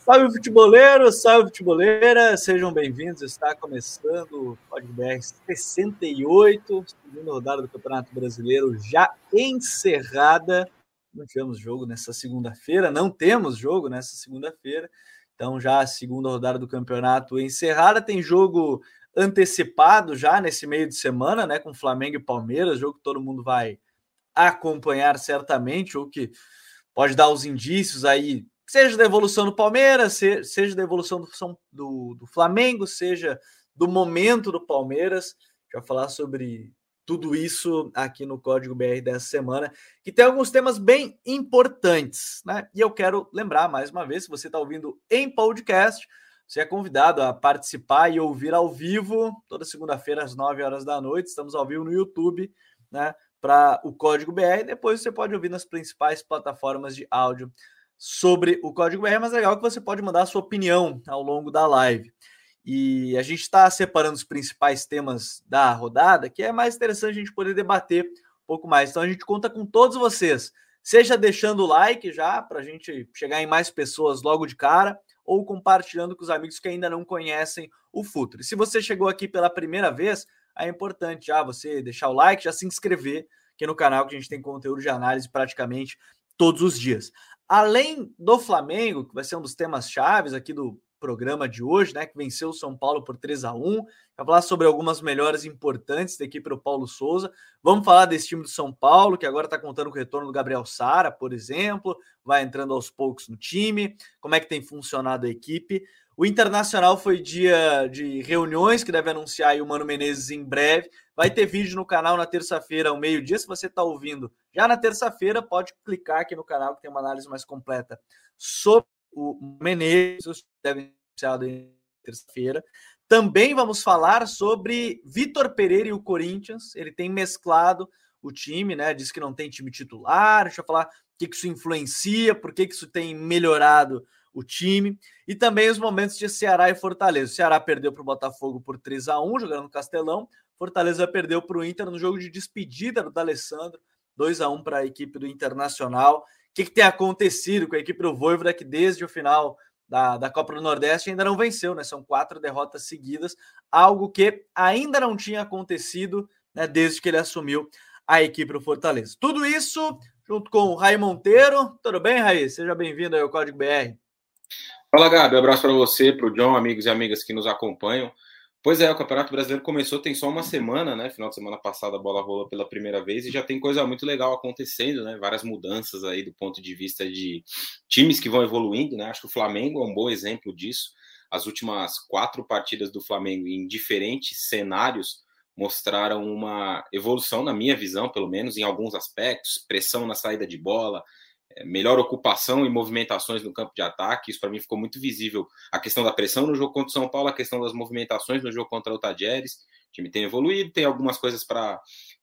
Salve futeboleiro, salve futeboleira, sejam bem-vindos. Está começando o Código BR 68, segunda rodada do Campeonato Brasileiro já encerrada. Não temos jogo nessa segunda-feira, então já a segunda rodada do campeonato encerrada. Tem jogo antecipado já nesse meio de semana, né, com Flamengo e Palmeiras, jogo que todo mundo vai acompanhar certamente, ou que pode dar os indícios aí, seja da evolução do Palmeiras, seja da evolução do Flamengo, seja do momento do Palmeiras. A gente vai falar sobre tudo isso aqui no Código BR dessa semana, que tem alguns temas bem importantes, né? E eu quero lembrar, mais uma vez, se você está ouvindo em podcast, você é convidado a participar e ouvir ao vivo, toda segunda-feira às 9 horas da noite. Estamos ao vivo no YouTube, né? Para o Código BR, depois você pode ouvir nas principais plataformas de áudio sobre o Código BR, mas é legal que você pode mandar a sua opinião ao longo da live. E a gente está separando os principais temas da rodada, que é mais interessante a gente poder debater um pouco mais. Então a gente conta com todos vocês, seja deixando o like já, para a gente chegar em mais pessoas logo de cara, ou compartilhando com os amigos que ainda não conhecem o Futre. Se você chegou aqui pela primeira vez, é importante já você deixar o like, já se inscrever aqui no canal, que a gente tem conteúdo de análise praticamente todos os dias. Além do Flamengo, que vai ser um dos temas chaves aqui do programa de hoje, né, que venceu o São Paulo por 3-1, vai falar sobre algumas melhoras importantes da equipe do Paulo Souza. Vamos falar desse time do São Paulo, que agora está contando com o retorno do Gabriel Sara, por exemplo, vai entrando aos poucos no time, como é que tem funcionado a equipe. O Internacional foi dia de reuniões, que deve anunciar aí o Mano Menezes em breve. Vai ter vídeo no canal na terça-feira, ao meio-dia. Se você está ouvindo já na terça-feira, pode clicar aqui no canal, que tem uma análise mais completa sobre o Menezes, deve ser anunciado em terça-feira. Também vamos falar sobre Vitor Pereira e o Corinthians. Ele tem mesclado o time, né? Diz que não tem time titular. Deixa eu falar o que isso influencia, por que isso tem melhorado o time, e também os momentos de Ceará e Fortaleza. O Ceará perdeu para o Botafogo por 3-1, jogando no Castelão. Fortaleza perdeu para o Inter no jogo de despedida do D'Alessandro, 2-1 para a equipe do Internacional. O que tem acontecido com a equipe do Vojvoda, que desde o final da Copa do Nordeste ainda não venceu, né? São 4 derrotas seguidas, algo que ainda não tinha acontecido, né, desde que ele assumiu a equipe do Fortaleza. Tudo isso junto com o Raí Monteiro. Tudo bem, Raí? Seja bem-vindo aí ao Código BR. Fala, Gabi. Um abraço para você, para o John, amigos e amigas que nos acompanham. Pois é, o Campeonato Brasileiro começou tem só uma semana, né? Final de semana passada a bola rolou pela primeira vez e já tem coisa muito legal acontecendo, né? Várias mudanças aí do ponto de vista de times que vão evoluindo, né? Acho que o Flamengo é um bom exemplo disso. As últimas 4 partidas do Flamengo em diferentes cenários mostraram uma evolução, na minha visão, pelo menos, em alguns aspectos. Pressão na saída de bola, melhor ocupação e movimentações no campo de ataque. Isso para mim ficou muito visível. A questão da pressão no jogo contra o São Paulo, a questão das movimentações no jogo contra o Tadieres. O time tem evoluído, tem algumas coisas para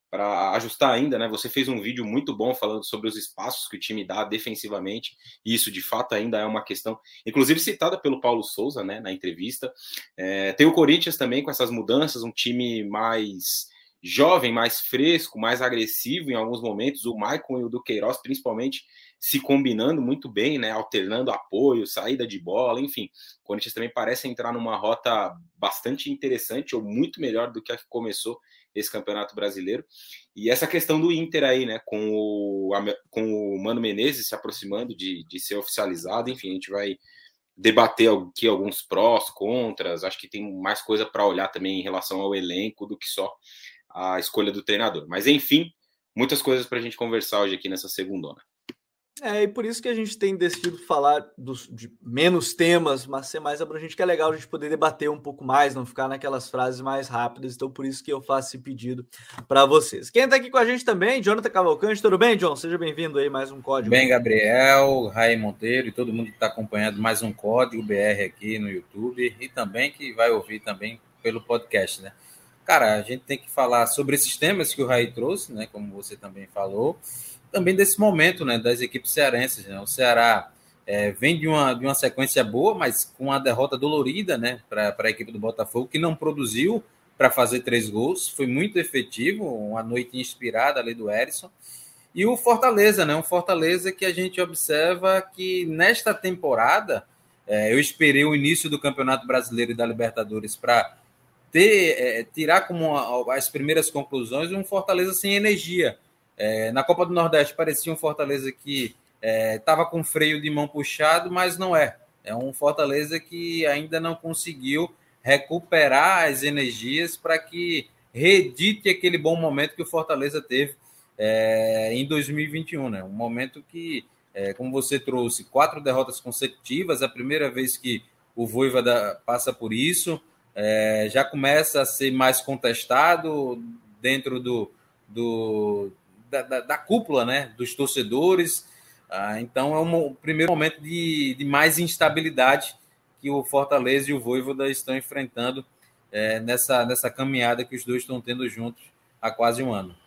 ajustar ainda, né? Você fez um vídeo muito bom falando sobre os espaços que o time dá defensivamente, e isso de fato ainda é uma questão, inclusive citada pelo Paulo Souza, né, na entrevista. Tem o Corinthians também com essas mudanças, um time mais jovem, mais fresco, mais agressivo em alguns momentos, o Maicon e o Duqueiroz principalmente se combinando muito bem, né, alternando apoio, saída de bola, enfim. O Corinthians também parece entrar numa rota bastante interessante, ou muito melhor do que a que começou esse Campeonato Brasileiro. E essa questão do Inter aí, né, com o Mano Menezes se aproximando de ser oficializado, enfim, a gente vai debater aqui alguns prós, contras, acho que tem mais coisa para olhar também em relação ao elenco do que só a escolha do treinador. Mas, enfim, muitas coisas para a gente conversar hoje aqui nessa segundona. E por isso que a gente tem decidido falar de menos temas, mas ser mais abrangente, que é legal a gente poder debater um pouco mais, não ficar naquelas frases mais rápidas. Então, por isso que eu faço esse pedido para vocês. Quem está aqui com a gente também, Jonathan Cavalcante. Tudo bem, John? Seja bem-vindo aí, mais um Código. Bem, Gabriel, Raí Monteiro e todo mundo que está acompanhando mais um Código BR aqui no YouTube e também que vai ouvir também pelo podcast, né? Cara, a gente tem que falar sobre esses temas que o Raí trouxe, né? Como você também falou, também desse momento, né, das equipes cearenses, né? O Ceará vem de uma sequência boa, mas com uma derrota dolorida, né, para a equipe do Botafogo, que não produziu para fazer 3 gols, foi muito efetivo, uma noite inspirada ali do Herisson. E o Fortaleza, né, um Fortaleza que a gente observa que nesta temporada Eu esperei o início do Campeonato Brasileiro e da Libertadores para tirar como as primeiras conclusões um Fortaleza sem energia. Na Copa do Nordeste parecia um Fortaleza que estava com freio de mão puxado, mas não é. É um Fortaleza que ainda não conseguiu recuperar as energias para que reedite aquele bom momento que o Fortaleza teve em 2021. Né? Um momento que, como você trouxe, 4 derrotas consecutivas, a primeira vez que o Vojvoda passa por isso, já começa a ser mais contestado dentro da cúpula, né, dos torcedores. Então é um primeiro momento de mais instabilidade que o Fortaleza e o Vojvoda estão enfrentando nessa caminhada que os dois estão tendo juntos há quase um ano.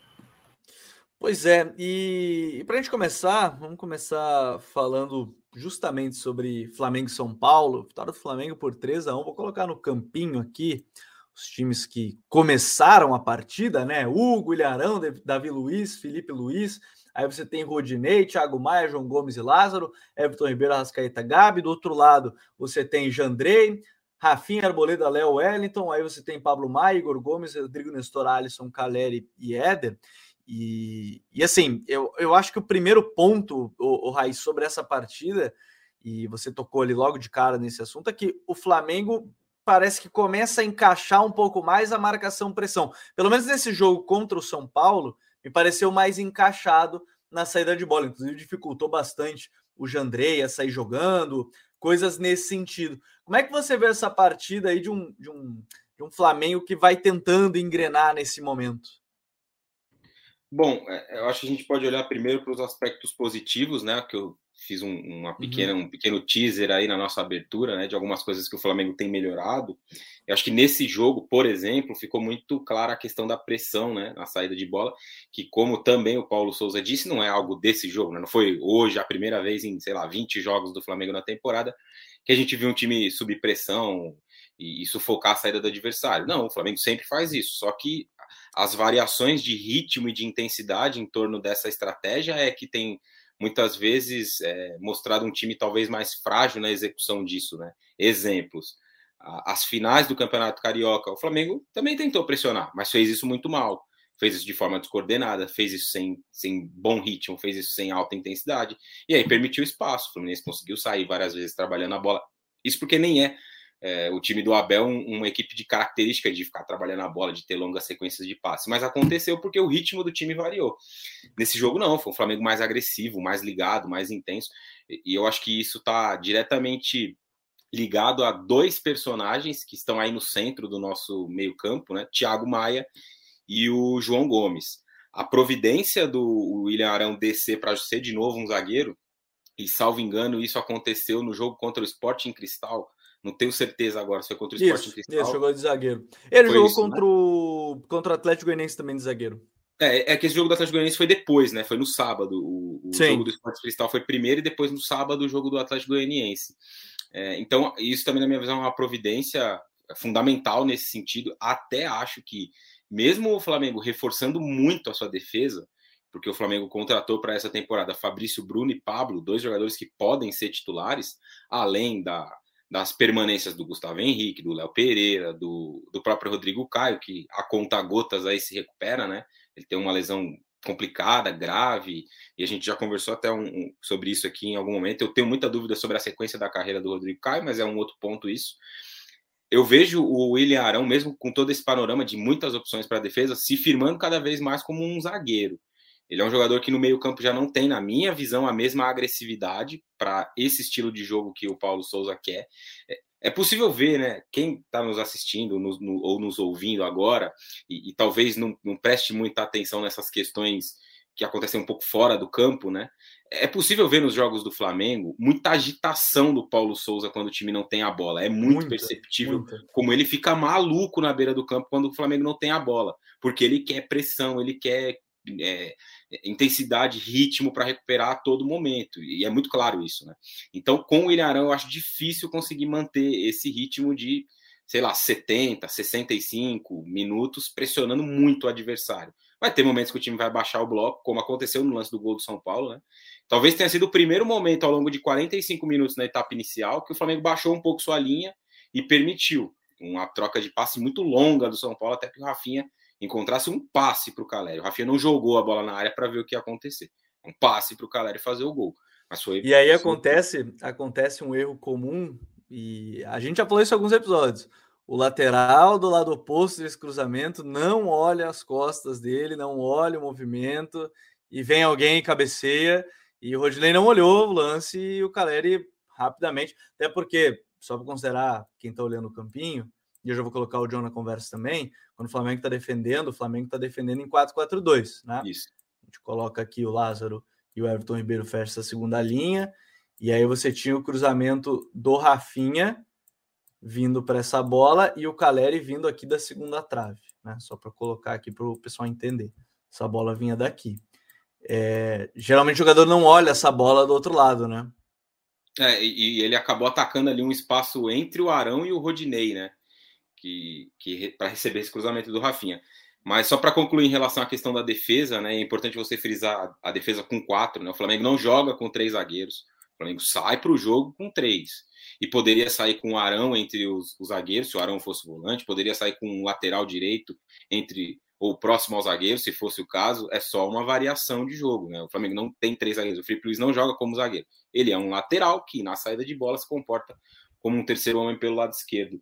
Pois é, e para a gente começar, vamos começar falando justamente sobre Flamengo e São Paulo. Vitória do Flamengo por 3-1. Vou colocar no campinho aqui os times que começaram a partida, né? Hugo, Ilharão, Davi Luiz, Felipe Luiz. Aí você tem Rodinei, Thiago Maia, João Gomes e Lázaro, Everton Ribeiro, Arrascaeta, Gabi. Do outro lado, você tem Jandrei, Rafinha, Arboleda, Léo, Wellington. Aí você tem Pablo Maia, Igor Gomes, Rodrigo Nestor, Alisson, Caleri e Éder. E assim, eu acho que o primeiro ponto, o Raiz, sobre essa partida, e você tocou ali logo de cara nesse assunto, é que o Flamengo parece que começa a encaixar um pouco mais a marcação-pressão. Pelo menos nesse jogo contra o São Paulo, me pareceu mais encaixado na saída de bola. Inclusive, dificultou bastante o Jandrei a sair jogando, coisas nesse sentido. Como é que você vê essa partida aí de um Flamengo que vai tentando engrenar nesse momento? Bom, eu acho que a gente pode olhar primeiro para os aspectos positivos, né? Que eu fiz um pequeno teaser aí na nossa abertura, né? De algumas coisas que o Flamengo tem melhorado. Eu acho que nesse jogo, por exemplo, ficou muito clara a questão da pressão, né? Na saída de bola, que como também o Paulo Souza disse, não é algo desse jogo, né? Não foi hoje a primeira vez em, 20 jogos do Flamengo na temporada que a gente viu um time sob pressão e sufocar a saída do adversário. Não, o Flamengo sempre faz isso, só que as variações de ritmo e de intensidade em torno dessa estratégia é que tem muitas vezes mostrado um time talvez mais frágil na execução disso, né? Exemplos, as finais do Campeonato Carioca, o Flamengo também tentou pressionar, mas fez isso muito mal, fez isso de forma descoordenada, fez isso sem bom ritmo, fez isso sem alta intensidade, e aí permitiu espaço, o Fluminense conseguiu sair várias vezes trabalhando a bola, isso porque nem o time do Abel uma equipe de característica de ficar trabalhando a bola, de ter longas sequências de passe. Mas aconteceu porque o ritmo do time variou. Nesse jogo não, foi um Flamengo mais agressivo, mais ligado, mais intenso. E eu acho que isso está diretamente ligado a 2 personagens que estão aí no centro do nosso meio campo, né? Thiago Maia e o João Gomes. A providência do William Arão descer para ser de novo um zagueiro, e salvo engano isso aconteceu no jogo contra o Sporting Cristal. Não tenho certeza agora se foi contra o Sporting Cristal. Isso, jogou de zagueiro. Ele jogou contra o Atlético Goianiense também de zagueiro. Que esse jogo do Atlético Goianiense foi depois, né? Foi no sábado. O jogo do Sporting Cristal foi primeiro e depois no sábado o jogo do Atlético Goianiense. Então, isso também, na minha visão, é uma providência fundamental nesse sentido. Até acho que, mesmo o Flamengo reforçando muito a sua defesa, porque o Flamengo contratou para essa temporada Fabrício Bruno e Pablo, 2 jogadores que podem ser titulares, além das permanências do Gustavo Henrique, do Léo Pereira, do próprio Rodrigo Caio, que a conta-gotas aí se recupera, né? Ele tem uma lesão complicada, grave, e a gente já conversou até sobre isso aqui em algum momento. Eu tenho muita dúvida sobre a sequência da carreira do Rodrigo Caio, mas é um outro ponto isso. Eu vejo o William Arão, mesmo com todo esse panorama de muitas opções para a defesa, se firmando cada vez mais como um zagueiro. Ele é um jogador que no meio-campo já não tem, na minha visão, a mesma agressividade para esse estilo de jogo que o Paulo Souza quer. É possível ver, né? Quem está nos assistindo ou nos ouvindo agora e talvez não preste muita atenção nessas questões que acontecem um pouco fora do campo, né? É possível ver nos jogos do Flamengo muita agitação do Paulo Souza quando o time não tem a bola. É muito perceptível como ele fica maluco na beira do campo quando o Flamengo não tem a bola. Porque ele quer pressão, ele quer intensidade, ritmo para recuperar a todo momento, e é muito claro isso, né? Então, com o William Arão, eu acho difícil conseguir manter esse ritmo de sei lá, 70, 65 minutos, pressionando muito o adversário. Vai ter momentos que o time vai baixar o bloco, como aconteceu no lance do gol do São Paulo, né? Talvez tenha sido o primeiro momento ao longo de 45 minutos na etapa inicial que o Flamengo baixou um pouco sua linha e permitiu uma troca de passe muito longa do São Paulo, até que o Rafinha encontrasse um passe para o Caleri. O Rafinha não jogou a bola na área para ver o que ia acontecer. Um passe para o Caleri fazer o gol. Mas foi... E aí acontece um erro comum, e a gente já falou isso em alguns episódios. O lateral do lado oposto desse cruzamento não olha as costas dele, não olha o movimento, e vem alguém e cabeceia, e o Rodinei não olhou o lance, e o Caleri rapidamente, até porque, só para considerar quem está olhando o campinho, e eu já vou colocar o John na conversa também, quando o Flamengo está defendendo, o Flamengo está defendendo em 4-4-2, né? Isso. A gente coloca aqui o Lázaro e o Everton Ribeiro fecha a segunda linha, e aí você tinha o cruzamento do Rafinha vindo para essa bola e o Caleri vindo aqui da segunda trave, né? Só para colocar aqui para o pessoal entender. Essa bola vinha daqui. Geralmente o jogador não olha essa bola do outro lado, né? E ele acabou atacando ali um espaço entre o Arão e o Rodinei, né? Para receber esse cruzamento do Rafinha. Mas só para concluir em relação à questão da defesa, né? É importante você frisar a defesa com 4, né? O Flamengo não joga com 3 zagueiros. O Flamengo sai para o jogo com 3. E poderia sair com o Arão entre os zagueiros, se o Arão fosse volante, poderia sair com um lateral direito ou próximo ao zagueiro, se fosse o caso. É só uma variação de jogo, né? O Flamengo não tem 3 zagueiros. O Felipe Luiz não joga como zagueiro. Ele é um lateral que, na saída de bola, se comporta como um terceiro homem pelo lado esquerdo.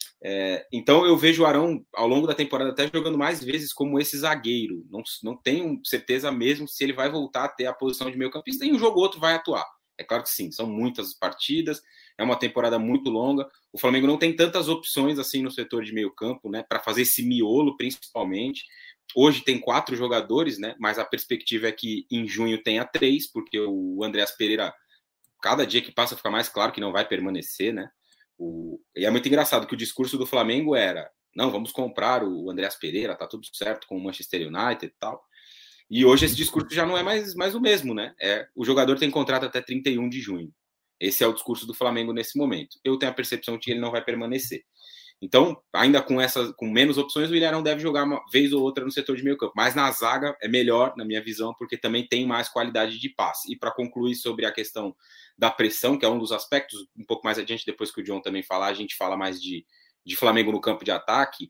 Então eu vejo o Arão, ao longo da temporada, até jogando mais vezes como esse zagueiro. Não tenho certeza mesmo se ele vai voltar a ter a posição de meio campista, e um jogo ou outro vai atuar. É claro que sim, são muitas partidas, é uma temporada muito longa. O Flamengo não tem tantas opções assim no setor de meio campo, né, para fazer esse miolo, principalmente. Hoje tem 4 jogadores, né, mas a perspectiva é que em junho tenha 3, porque o Andreas Pereira, cada dia que passa, fica mais claro que não vai permanecer, né? E é muito engraçado que o discurso do Flamengo era: não, vamos comprar o Andreas Pereira, tá tudo certo com o Manchester United e tal. E hoje esse discurso já não é mais o mesmo, né? O jogador tem contrato até 31 de junho. Esse é o discurso do Flamengo nesse momento. Eu tenho a percepção de que ele não vai permanecer. Então, ainda com menos opções, o Ilharão deve jogar uma vez ou outra no setor de meio campo. Mas na zaga é melhor, na minha visão, porque também tem mais qualidade de passe. E para concluir sobre a questão da pressão, que é um dos aspectos, um pouco mais adiante, depois que o John também falar, a gente fala mais de Flamengo no campo de ataque,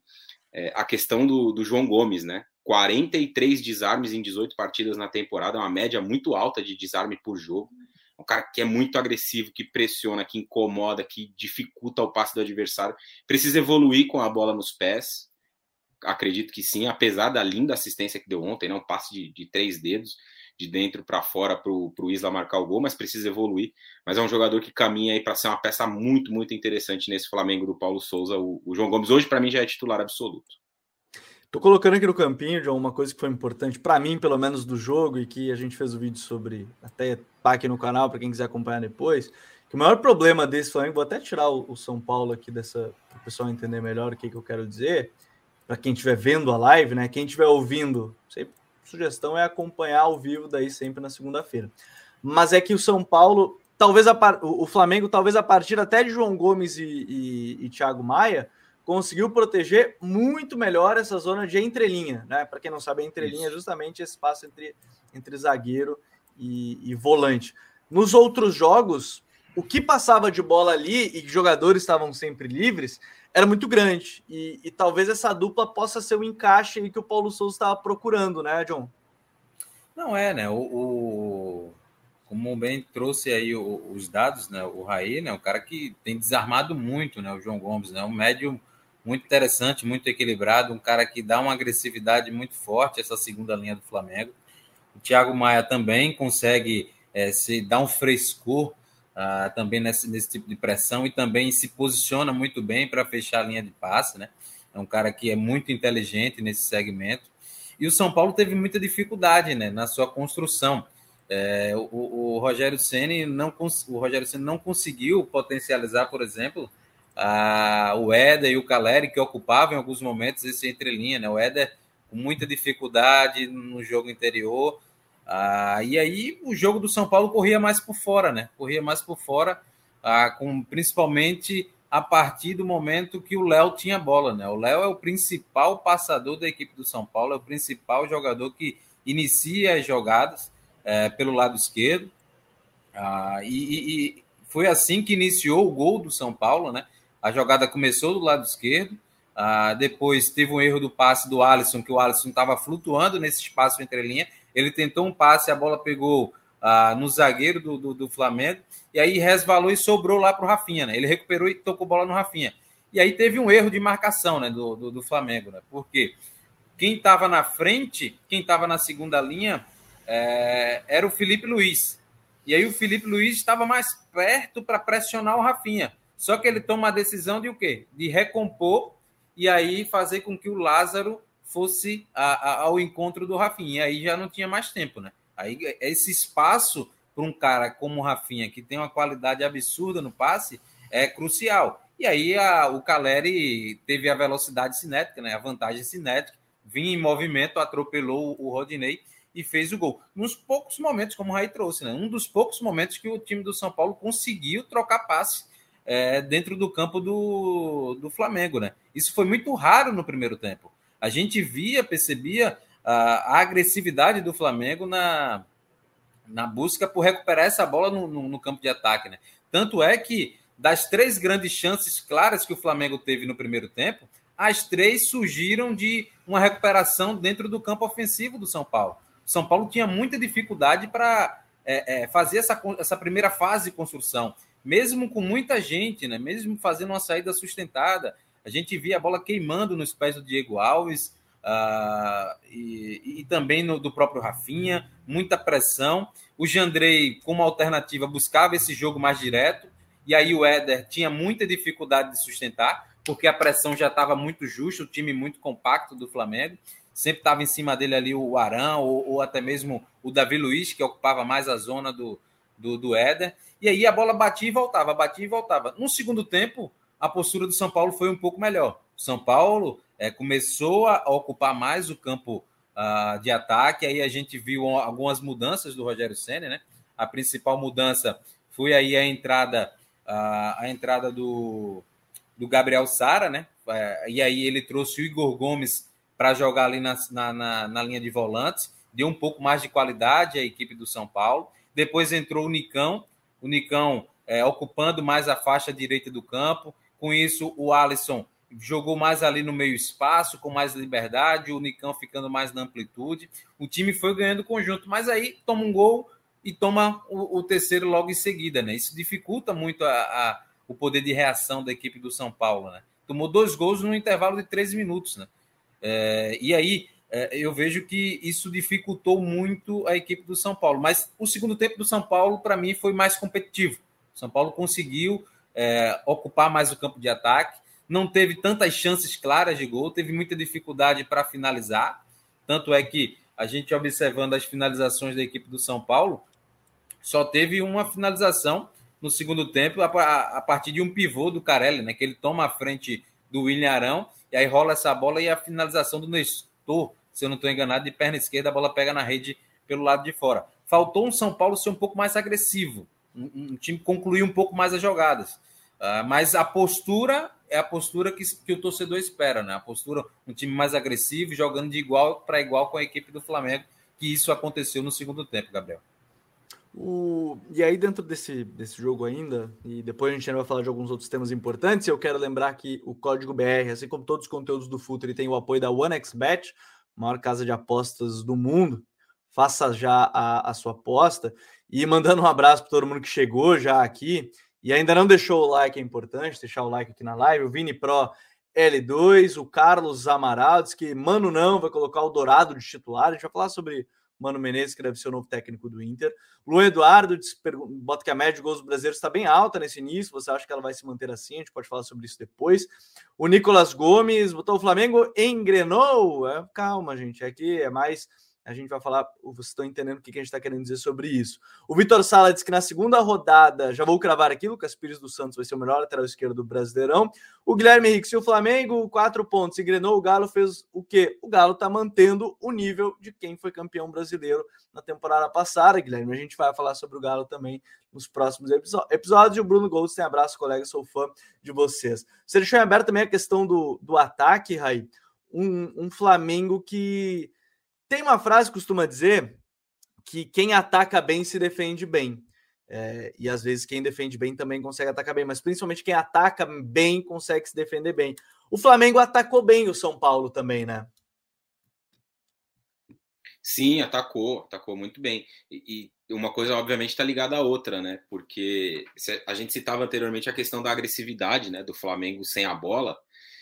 a questão do João Gomes, né? 43 desarmes em 18 partidas na temporada, é uma média muito alta de desarme por jogo. Um cara que é muito agressivo, que pressiona, que incomoda, que dificulta o passe do adversário. Precisa evoluir com a bola nos pés. Acredito que sim, apesar da linda assistência que deu ontem, né? Um passe de 3 dedos, de dentro para fora para o Isla marcar o gol, mas precisa evoluir. Mas é um jogador que caminha aí para ser uma peça muito, muito interessante nesse Flamengo do Paulo Souza. O João Gomes hoje, para mim, já é titular absoluto. Tô colocando aqui no campinho, John, uma coisa que foi importante para mim, pelo menos do jogo, e que a gente fez o vídeo sobre, até tá aqui no canal para quem quiser acompanhar depois, que o maior problema desse Flamengo, vou até tirar o São Paulo aqui para o pessoal entender melhor o que eu quero dizer, para quem estiver vendo a live, né? Quem estiver ouvindo, sempre, sugestão é acompanhar ao vivo daí sempre na segunda-feira. Mas é que o São Paulo, talvez o Flamengo, talvez a partir até de João Gomes e Thiago Maia, conseguiu proteger muito melhor essa zona de entrelinha, né? Para quem não sabe, a entrelinha é justamente esse espaço entre zagueiro e volante. Nos outros jogos, o que passava de bola ali e jogadores estavam sempre livres era muito grande. E talvez essa dupla possa ser o encaixe aí que o Paulo Souza estava procurando, né, John? Não né? Como o Ben trouxe aí os dados, né? O Raí, né? O cara que tem desarmado muito, né? O João Gomes, né? Um médio muito interessante, muito equilibrado, um cara que dá uma agressividade muito forte, essa segunda linha do Flamengo. O Thiago Maia também consegue se dar um frescor também nesse tipo de pressão e também se posiciona muito bem para fechar a linha de passe, né? É um cara que é muito inteligente nesse segmento. E o São Paulo teve muita dificuldade, né, na sua construção. O Rogério Ceni não conseguiu potencializar, por exemplo, o Éder e o Caleri, que ocupavam em alguns momentos esse entrelinha, né? O Éder com muita dificuldade no jogo interior, e aí o jogo do São Paulo corria mais por fora, né? Corria mais por fora, com principalmente a partir do momento que o Léo tinha bola, né? O Léo é o principal passador da equipe do São Paulo, é o principal jogador que inicia as jogadas pelo lado esquerdo. E foi assim que iniciou o gol do São Paulo, né? A jogada começou do lado esquerdo, depois teve um erro do passe do Alisson, que o Alisson estava flutuando nesse espaço entre linha. Ele tentou um passe, a bola pegou no zagueiro do Flamengo, e aí resvalou e sobrou lá para o Rafinha, né? Ele recuperou e tocou bola no Rafinha. E aí teve um erro de marcação, né, do Flamengo, né? Porque quem estava na frente, quem estava na segunda linha, era o Felipe Luiz. E aí o Felipe Luiz estava mais perto para pressionar o Rafinha. Só que ele toma a decisão de o quê? De recompor e aí fazer com que o Lázaro fosse ao encontro do Rafinha. E aí já não tinha mais tempo, né? Aí esse espaço para um cara como o Rafinha, que tem uma qualidade absurda no passe, é crucial. E aí o Caleri teve a velocidade cinética, né? A vantagem cinética, vinha em movimento, atropelou o Rodinei e fez o gol. Nos poucos momentos, como o Raí trouxe, né? Um dos poucos momentos que o time do São Paulo conseguiu trocar passe dentro do campo do Flamengo, né? Isso foi muito raro no primeiro tempo. A gente percebia a agressividade do Flamengo na busca por recuperar essa bola no campo de ataque, né? Tanto é que das 3 grandes chances claras que o Flamengo teve no primeiro tempo, as 3 surgiram de uma recuperação dentro do campo ofensivo do São Paulo. O São Paulo tinha muita dificuldade para fazer essa primeira fase de construção, mesmo com muita gente, né? Mesmo fazendo uma saída sustentada. A gente via a bola queimando nos pés do Diego Alves, e também do próprio Rafinha, muita pressão. O Jandrei, como alternativa, buscava esse jogo mais direto, e aí o Éder tinha muita dificuldade de sustentar, porque a pressão já estava muito justa, o time muito compacto do Flamengo, sempre estava em cima dele ali o Arão, ou até mesmo o Davi Luiz, que ocupava mais a zona do Éder, e aí a bola batia e voltava. No segundo tempo, a postura do São Paulo foi um pouco melhor. O São Paulo começou a ocupar mais o campo de ataque, aí a gente viu algumas mudanças do Rogério Ceni, né? A principal mudança foi aí a entrada do Gabriel Sara, né? E aí ele trouxe o Igor Gomes para jogar ali na linha de volantes, deu um pouco mais de qualidade à equipe do São Paulo. Depois entrou o Nicão ocupando mais a faixa direita do campo. Com isso, o Alisson jogou mais ali no meio espaço, com mais liberdade, o Nicão ficando mais na amplitude. O time foi ganhando conjunto, mas aí toma um gol e toma o terceiro logo em seguida, né? Isso dificulta muito o poder de reação da equipe do São Paulo, né? Tomou 2 gols no intervalo de 13 minutos, né? E aí eu vejo que isso dificultou muito a equipe do São Paulo. Mas o segundo tempo do São Paulo, para mim, foi mais competitivo. O São Paulo conseguiu ocupar mais o campo de ataque, não teve tantas chances claras de gol, teve muita dificuldade para finalizar. Tanto é que a gente, observando as finalizações da equipe do São Paulo, só teve uma finalização no segundo tempo a partir de um pivô do Carelli, né, que ele toma a frente do William Arão, e aí rola essa bola e a finalização do Nestor, se eu não estou enganado, de perna esquerda, a bola pega na rede pelo lado de fora. Faltou um São Paulo ser um pouco mais agressivo, um time concluir um pouco mais as jogadas. Mas a postura é a postura que o torcedor espera, né? A postura, um time mais agressivo, jogando de igual para igual com a equipe do Flamengo, que isso aconteceu no segundo tempo, Gabriel. E aí, dentro desse jogo ainda, e depois a gente ainda vai falar de alguns outros temas importantes, eu quero lembrar que o Código BR, assim como todos os conteúdos do Futre, ele tem o apoio da OneXBet, maior casa de apostas do mundo. Faça já a sua aposta. E mandando um abraço para todo mundo que chegou já aqui e ainda não deixou o like, é importante deixar o like aqui na live. O Vini Pro L2, o Carlos Amaral diz que Mano não vai colocar o Dourado de titular. A gente vai falar sobre Mano Menezes, que deve ser o novo técnico do Inter. Luan Eduardo bota que a média de gols brasileiros está bem alta nesse início. Você acha que ela vai se manter assim? A gente pode falar sobre isso depois. O Nicolas Gomes botou o Flamengo engrenou. Calma, gente. Aqui é mais A gente vai falar, vocês estão entendendo o que a gente está querendo dizer sobre isso. O Vitor Sala disse que na segunda rodada, já vou cravar aqui, Lucas Pires dos Santos vai ser o melhor lateral esquerdo do Brasileirão. O Guilherme Henrique, se o Flamengo, 4 pontos, engrenou, o Galo fez o quê? O Galo está mantendo o nível de quem foi campeão brasileiro na temporada passada, Guilherme. A gente vai falar sobre o Galo também nos próximos episódios. E o Bruno Goldstein, abraço, colega, sou fã de vocês. Você deixou em aberto também a questão do ataque, Raí. Um Flamengo que tem uma frase que costuma dizer que quem ataca bem se defende bem. E às vezes quem defende bem também consegue atacar bem, mas principalmente quem ataca bem consegue se defender bem. O Flamengo atacou bem o São Paulo também, né? Sim, atacou muito bem. E uma coisa, obviamente, está ligada à outra, né? Porque a gente citava anteriormente a questão da agressividade, né? Do Flamengo sem a bola.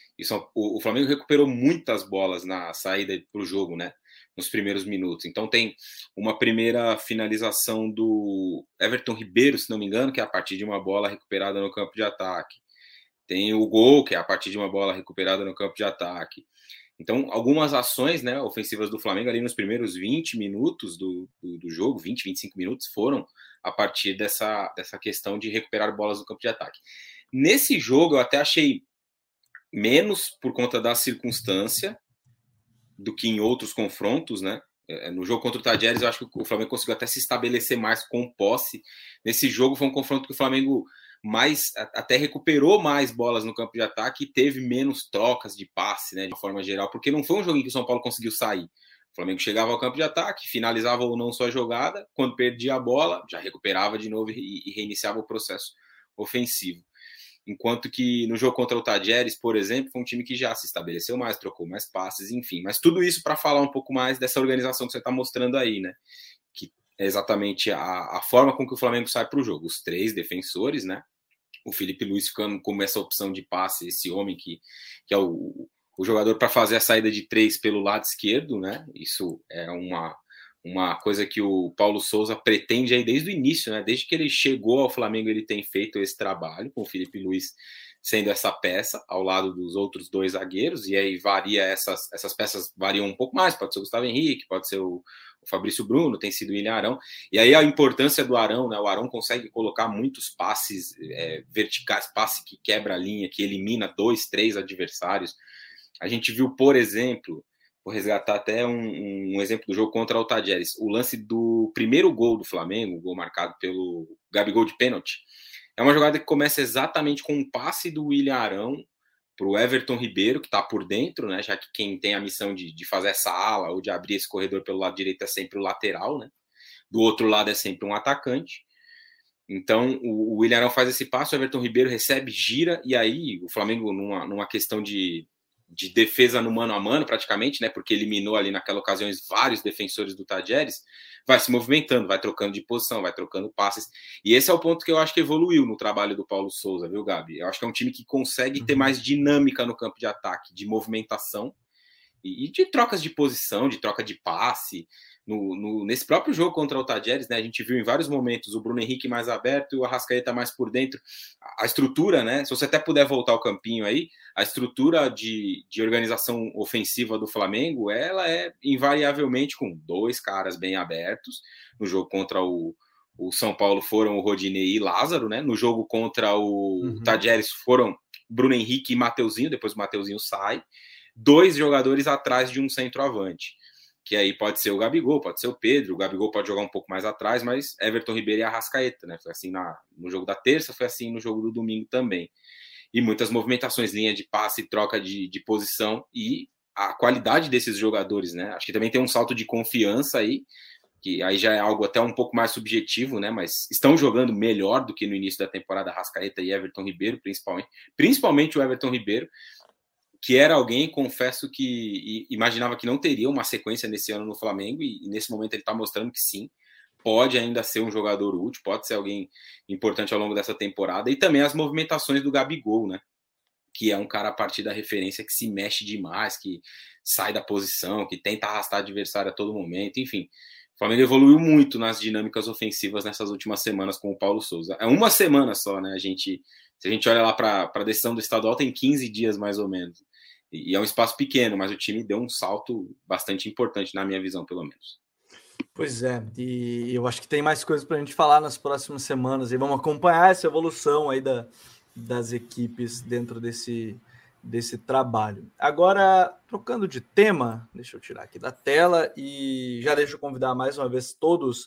O Flamengo recuperou muitas bolas na saída para o jogo, né? Nos primeiros minutos. Então tem uma primeira finalização do Everton Ribeiro, se não me engano, que é a partir de uma bola recuperada no campo de ataque. Tem o gol, que é a partir de uma bola recuperada no campo de ataque. Então, algumas ações, né, ofensivas do Flamengo ali nos primeiros 20 minutos do jogo, 20, 25 minutos, foram a partir dessa questão de recuperar bolas no campo de ataque. Nesse jogo, eu até achei menos por conta da circunstância do que em outros confrontos, né? No jogo contra o Tadieres, eu acho que o Flamengo conseguiu até se estabelecer mais com posse. Nesse jogo foi um confronto que o Flamengo até recuperou mais bolas no campo de ataque e teve menos trocas de passe, né, de uma forma geral, porque não foi um jogo em que o São Paulo conseguiu sair. O Flamengo chegava ao campo de ataque, finalizava ou não sua jogada, quando perdia a bola, já recuperava de novo e reiniciava o processo ofensivo. Enquanto que no jogo contra o Tadieres, por exemplo, foi um time que já se estabeleceu mais, trocou mais passes, enfim. Mas tudo isso para falar um pouco mais dessa organização que você está mostrando aí, né? Que é exatamente a forma com que o Flamengo sai para o jogo. Os 3 defensores, né? O Felipe Luiz ficando como essa opção de passe, esse homem que é o jogador para fazer a saída de 3 pelo lado esquerdo, né? Isso é uma coisa que o Paulo Souza pretende aí desde o início, né? Desde que ele chegou ao Flamengo, ele tem feito esse trabalho, com o Felipe Luiz sendo essa peça ao lado dos outros 2 zagueiros, e aí varia essas peças variam um pouco mais, pode ser o Gustavo Henrique, pode ser o Fabrício Bruno, tem sido o William Arão, e aí a importância do Arão, né? O Arão consegue colocar muitos passes verticais, passe que quebra a linha, que elimina 2, 3 adversários. A gente viu, por exemplo, vou resgatar até um exemplo do jogo contra o Tadieres. O lance do primeiro gol do Flamengo, o gol marcado pelo Gabigol de pênalti, é uma jogada que começa exatamente com um passe do William Arão para o Everton Ribeiro, que está por dentro, né? Já que quem tem a missão de fazer essa ala ou de abrir esse corredor pelo lado direito é sempre o lateral, né? Do outro lado é sempre um atacante. Então, o William Arão faz esse passe, o Everton Ribeiro recebe, gira, e aí o Flamengo, numa questão de defesa no mano a mano, praticamente, né? Porque eliminou ali naquela ocasião vários defensores do Tadieres, vai se movimentando, vai trocando de posição, vai trocando passes. E esse é o ponto que eu acho que evoluiu no trabalho do Paulo Souza, viu, Gabi? Eu acho que é um time que consegue ter mais dinâmica no campo de ataque, de movimentação e de trocas de posição, de troca de passe. Nesse próprio jogo contra o Tadieres, né, a gente viu em vários momentos o Bruno Henrique mais aberto e o Arrascaeta mais por dentro. A estrutura, né, se você até puder voltar ao campinho aí, a estrutura de organização ofensiva do Flamengo, ela é invariavelmente com 2 caras bem abertos. No jogo contra o São Paulo foram o Rodinei e Lázaro, né? No jogo contra o Tadieres foram Bruno Henrique e Mateuzinho, depois o Mateuzinho sai. 2 jogadores atrás de um centroavante, que aí pode ser o Gabigol, pode ser o Pedro, o Gabigol pode jogar um pouco mais atrás, mas Everton Ribeiro e Arrascaeta, né? Foi assim no jogo da terça, foi assim no jogo do domingo também. E muitas movimentações, linha de passe, troca de posição, e a qualidade desses jogadores, né? Acho que também tem um salto de confiança aí, que aí já é algo até um pouco mais subjetivo, né? Mas estão jogando melhor do que no início da temporada, Arrascaeta e Everton Ribeiro, principalmente o Everton Ribeiro, que era alguém, confesso que imaginava que não teria uma sequência nesse ano no Flamengo, e nesse momento ele está mostrando que sim, pode ainda ser um jogador útil, pode ser alguém importante ao longo dessa temporada, e também as movimentações do Gabigol, né? Que é um cara a partir da referência que se mexe demais, que sai da posição, que tenta arrastar adversário a todo momento, enfim. O Flamengo evoluiu muito nas dinâmicas ofensivas nessas últimas semanas com o Paulo Souza. É uma semana só, né? Se a gente olha lá para a decisão do estadual, tem 15 dias mais ou menos. E é um espaço pequeno, mas o time deu um salto bastante importante, na minha visão, pelo menos. Pois é, e eu acho que tem mais coisas para a gente falar nas próximas semanas. E vamos acompanhar essa evolução aí das equipes dentro desse trabalho. Agora, trocando de tema, deixa eu tirar aqui da tela e já deixo eu convidar mais uma vez todos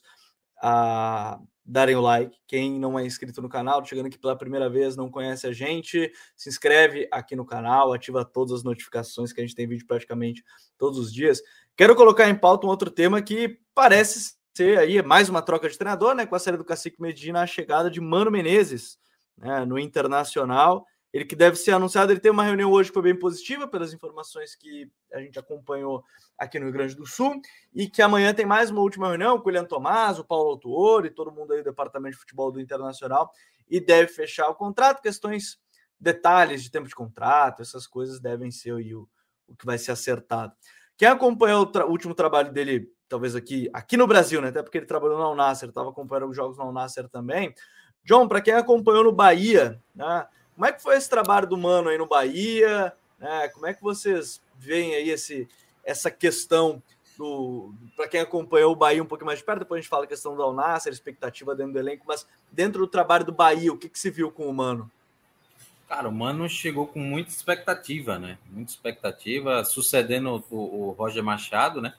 a darem o like. Quem não é inscrito no canal, chegando aqui pela primeira vez, não conhece a gente, se inscreve aqui no canal, ativa todas as notificações, que a gente tem vídeo praticamente todos os dias. Quero colocar em pauta um outro tema que parece ser aí mais uma troca de treinador, né, com a saída do Cacique Medina, a chegada de Mano Menezes, né, no Internacional. Ele que deve ser anunciado, ele teve uma reunião hoje que foi bem positiva, pelas informações que a gente acompanhou aqui no Rio Grande do Sul, e que amanhã tem mais uma última reunião com o William Tomás, o Paulo Autuori, todo mundo aí do Departamento de Futebol do Internacional, e deve fechar o contrato. Questões, detalhes de tempo de contrato, essas coisas devem ser aí o que vai ser acertado. Quem acompanhou o último trabalho dele, talvez aqui no Brasil, né? Até porque ele trabalhou no Al Nassr, estava acompanhando os jogos no Al Nassr também. John, para quem acompanhou no Bahia, né? Como é que foi esse trabalho do Mano aí no Bahia? Né? Como é que vocês veem aí essa questão para quem acompanhou o Bahia um pouco mais de perto? Depois a gente fala a questão do Al Nassr, expectativa dentro do elenco, mas dentro do trabalho do Bahia, o que se viu com o Mano? Cara, o Mano chegou com muita expectativa, né? Muita expectativa, sucedendo o Roger Machado, né?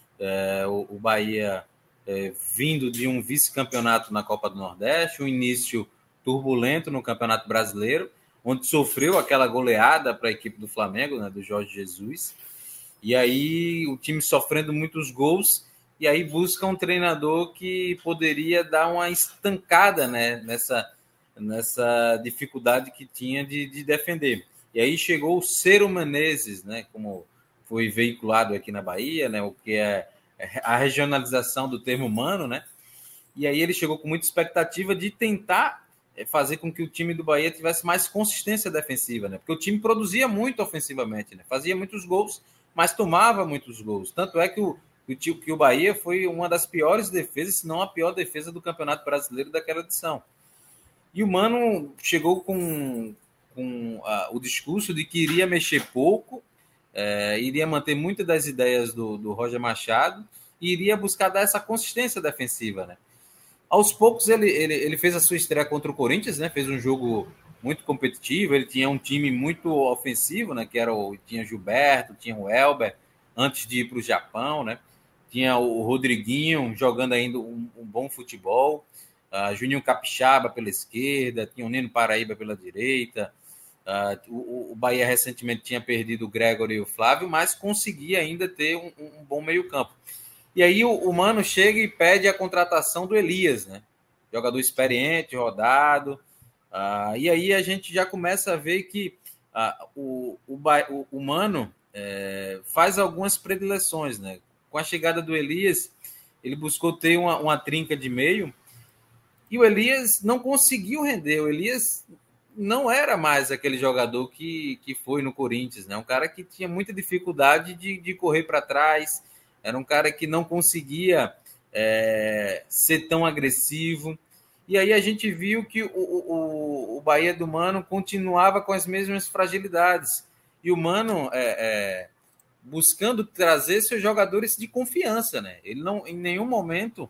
O Bahia vindo de um vice-campeonato na Copa do Nordeste, um início turbulento no Campeonato Brasileiro, onde sofreu aquela goleada para a equipe do Flamengo, né, do Jorge Jesus. E aí o time sofrendo muitos gols, e aí busca um treinador que poderia dar uma estancada, né, nessa dificuldade que tinha de defender. E aí chegou o Cero Menezes, né, como foi veiculado aqui na Bahia, né, o que é a regionalização do termo Mano, né? E aí ele chegou com muita expectativa de tentar fazer com que o time do Bahia tivesse mais consistência defensiva, né? Porque o time produzia muito ofensivamente, né? Fazia muitos gols, mas tomava muitos gols. Tanto é que o Bahia foi uma das piores defesas, se não a pior defesa do Campeonato Brasileiro daquela edição. E o Mano chegou com o discurso de que iria mexer pouco, iria manter muitas das ideias do Roger Machado e iria buscar dar essa consistência defensiva, né? Aos poucos ele fez a sua estreia contra o Corinthians, né? Fez um jogo muito competitivo, ele tinha um time muito ofensivo, né? Tinha Gilberto, tinha o Elber, antes de ir para o Japão, né? Tinha o Rodriguinho jogando ainda um bom futebol, Juninho Capixaba pela esquerda, tinha o Nino Paraíba pela direita, o Bahia recentemente tinha perdido o Gregory e o Flávio, mas conseguia ainda ter um bom meio campo. E aí o Mano chega e pede a contratação do Elias, né? Jogador experiente, rodado. E aí a gente já começa a ver que o Mano faz algumas predileções, né? Com a chegada do Elias, ele buscou ter uma trinca de meio e o Elias não conseguiu render. O Elias não era mais aquele jogador que foi no Corinthians, né? Um cara que tinha muita dificuldade de correr para trás. Era um cara que não conseguia ser tão agressivo. E aí a gente viu que o Bahia do Mano continuava com as mesmas fragilidades. E o Mano buscando trazer seus jogadores de confiança, né? Ele não, em nenhum momento,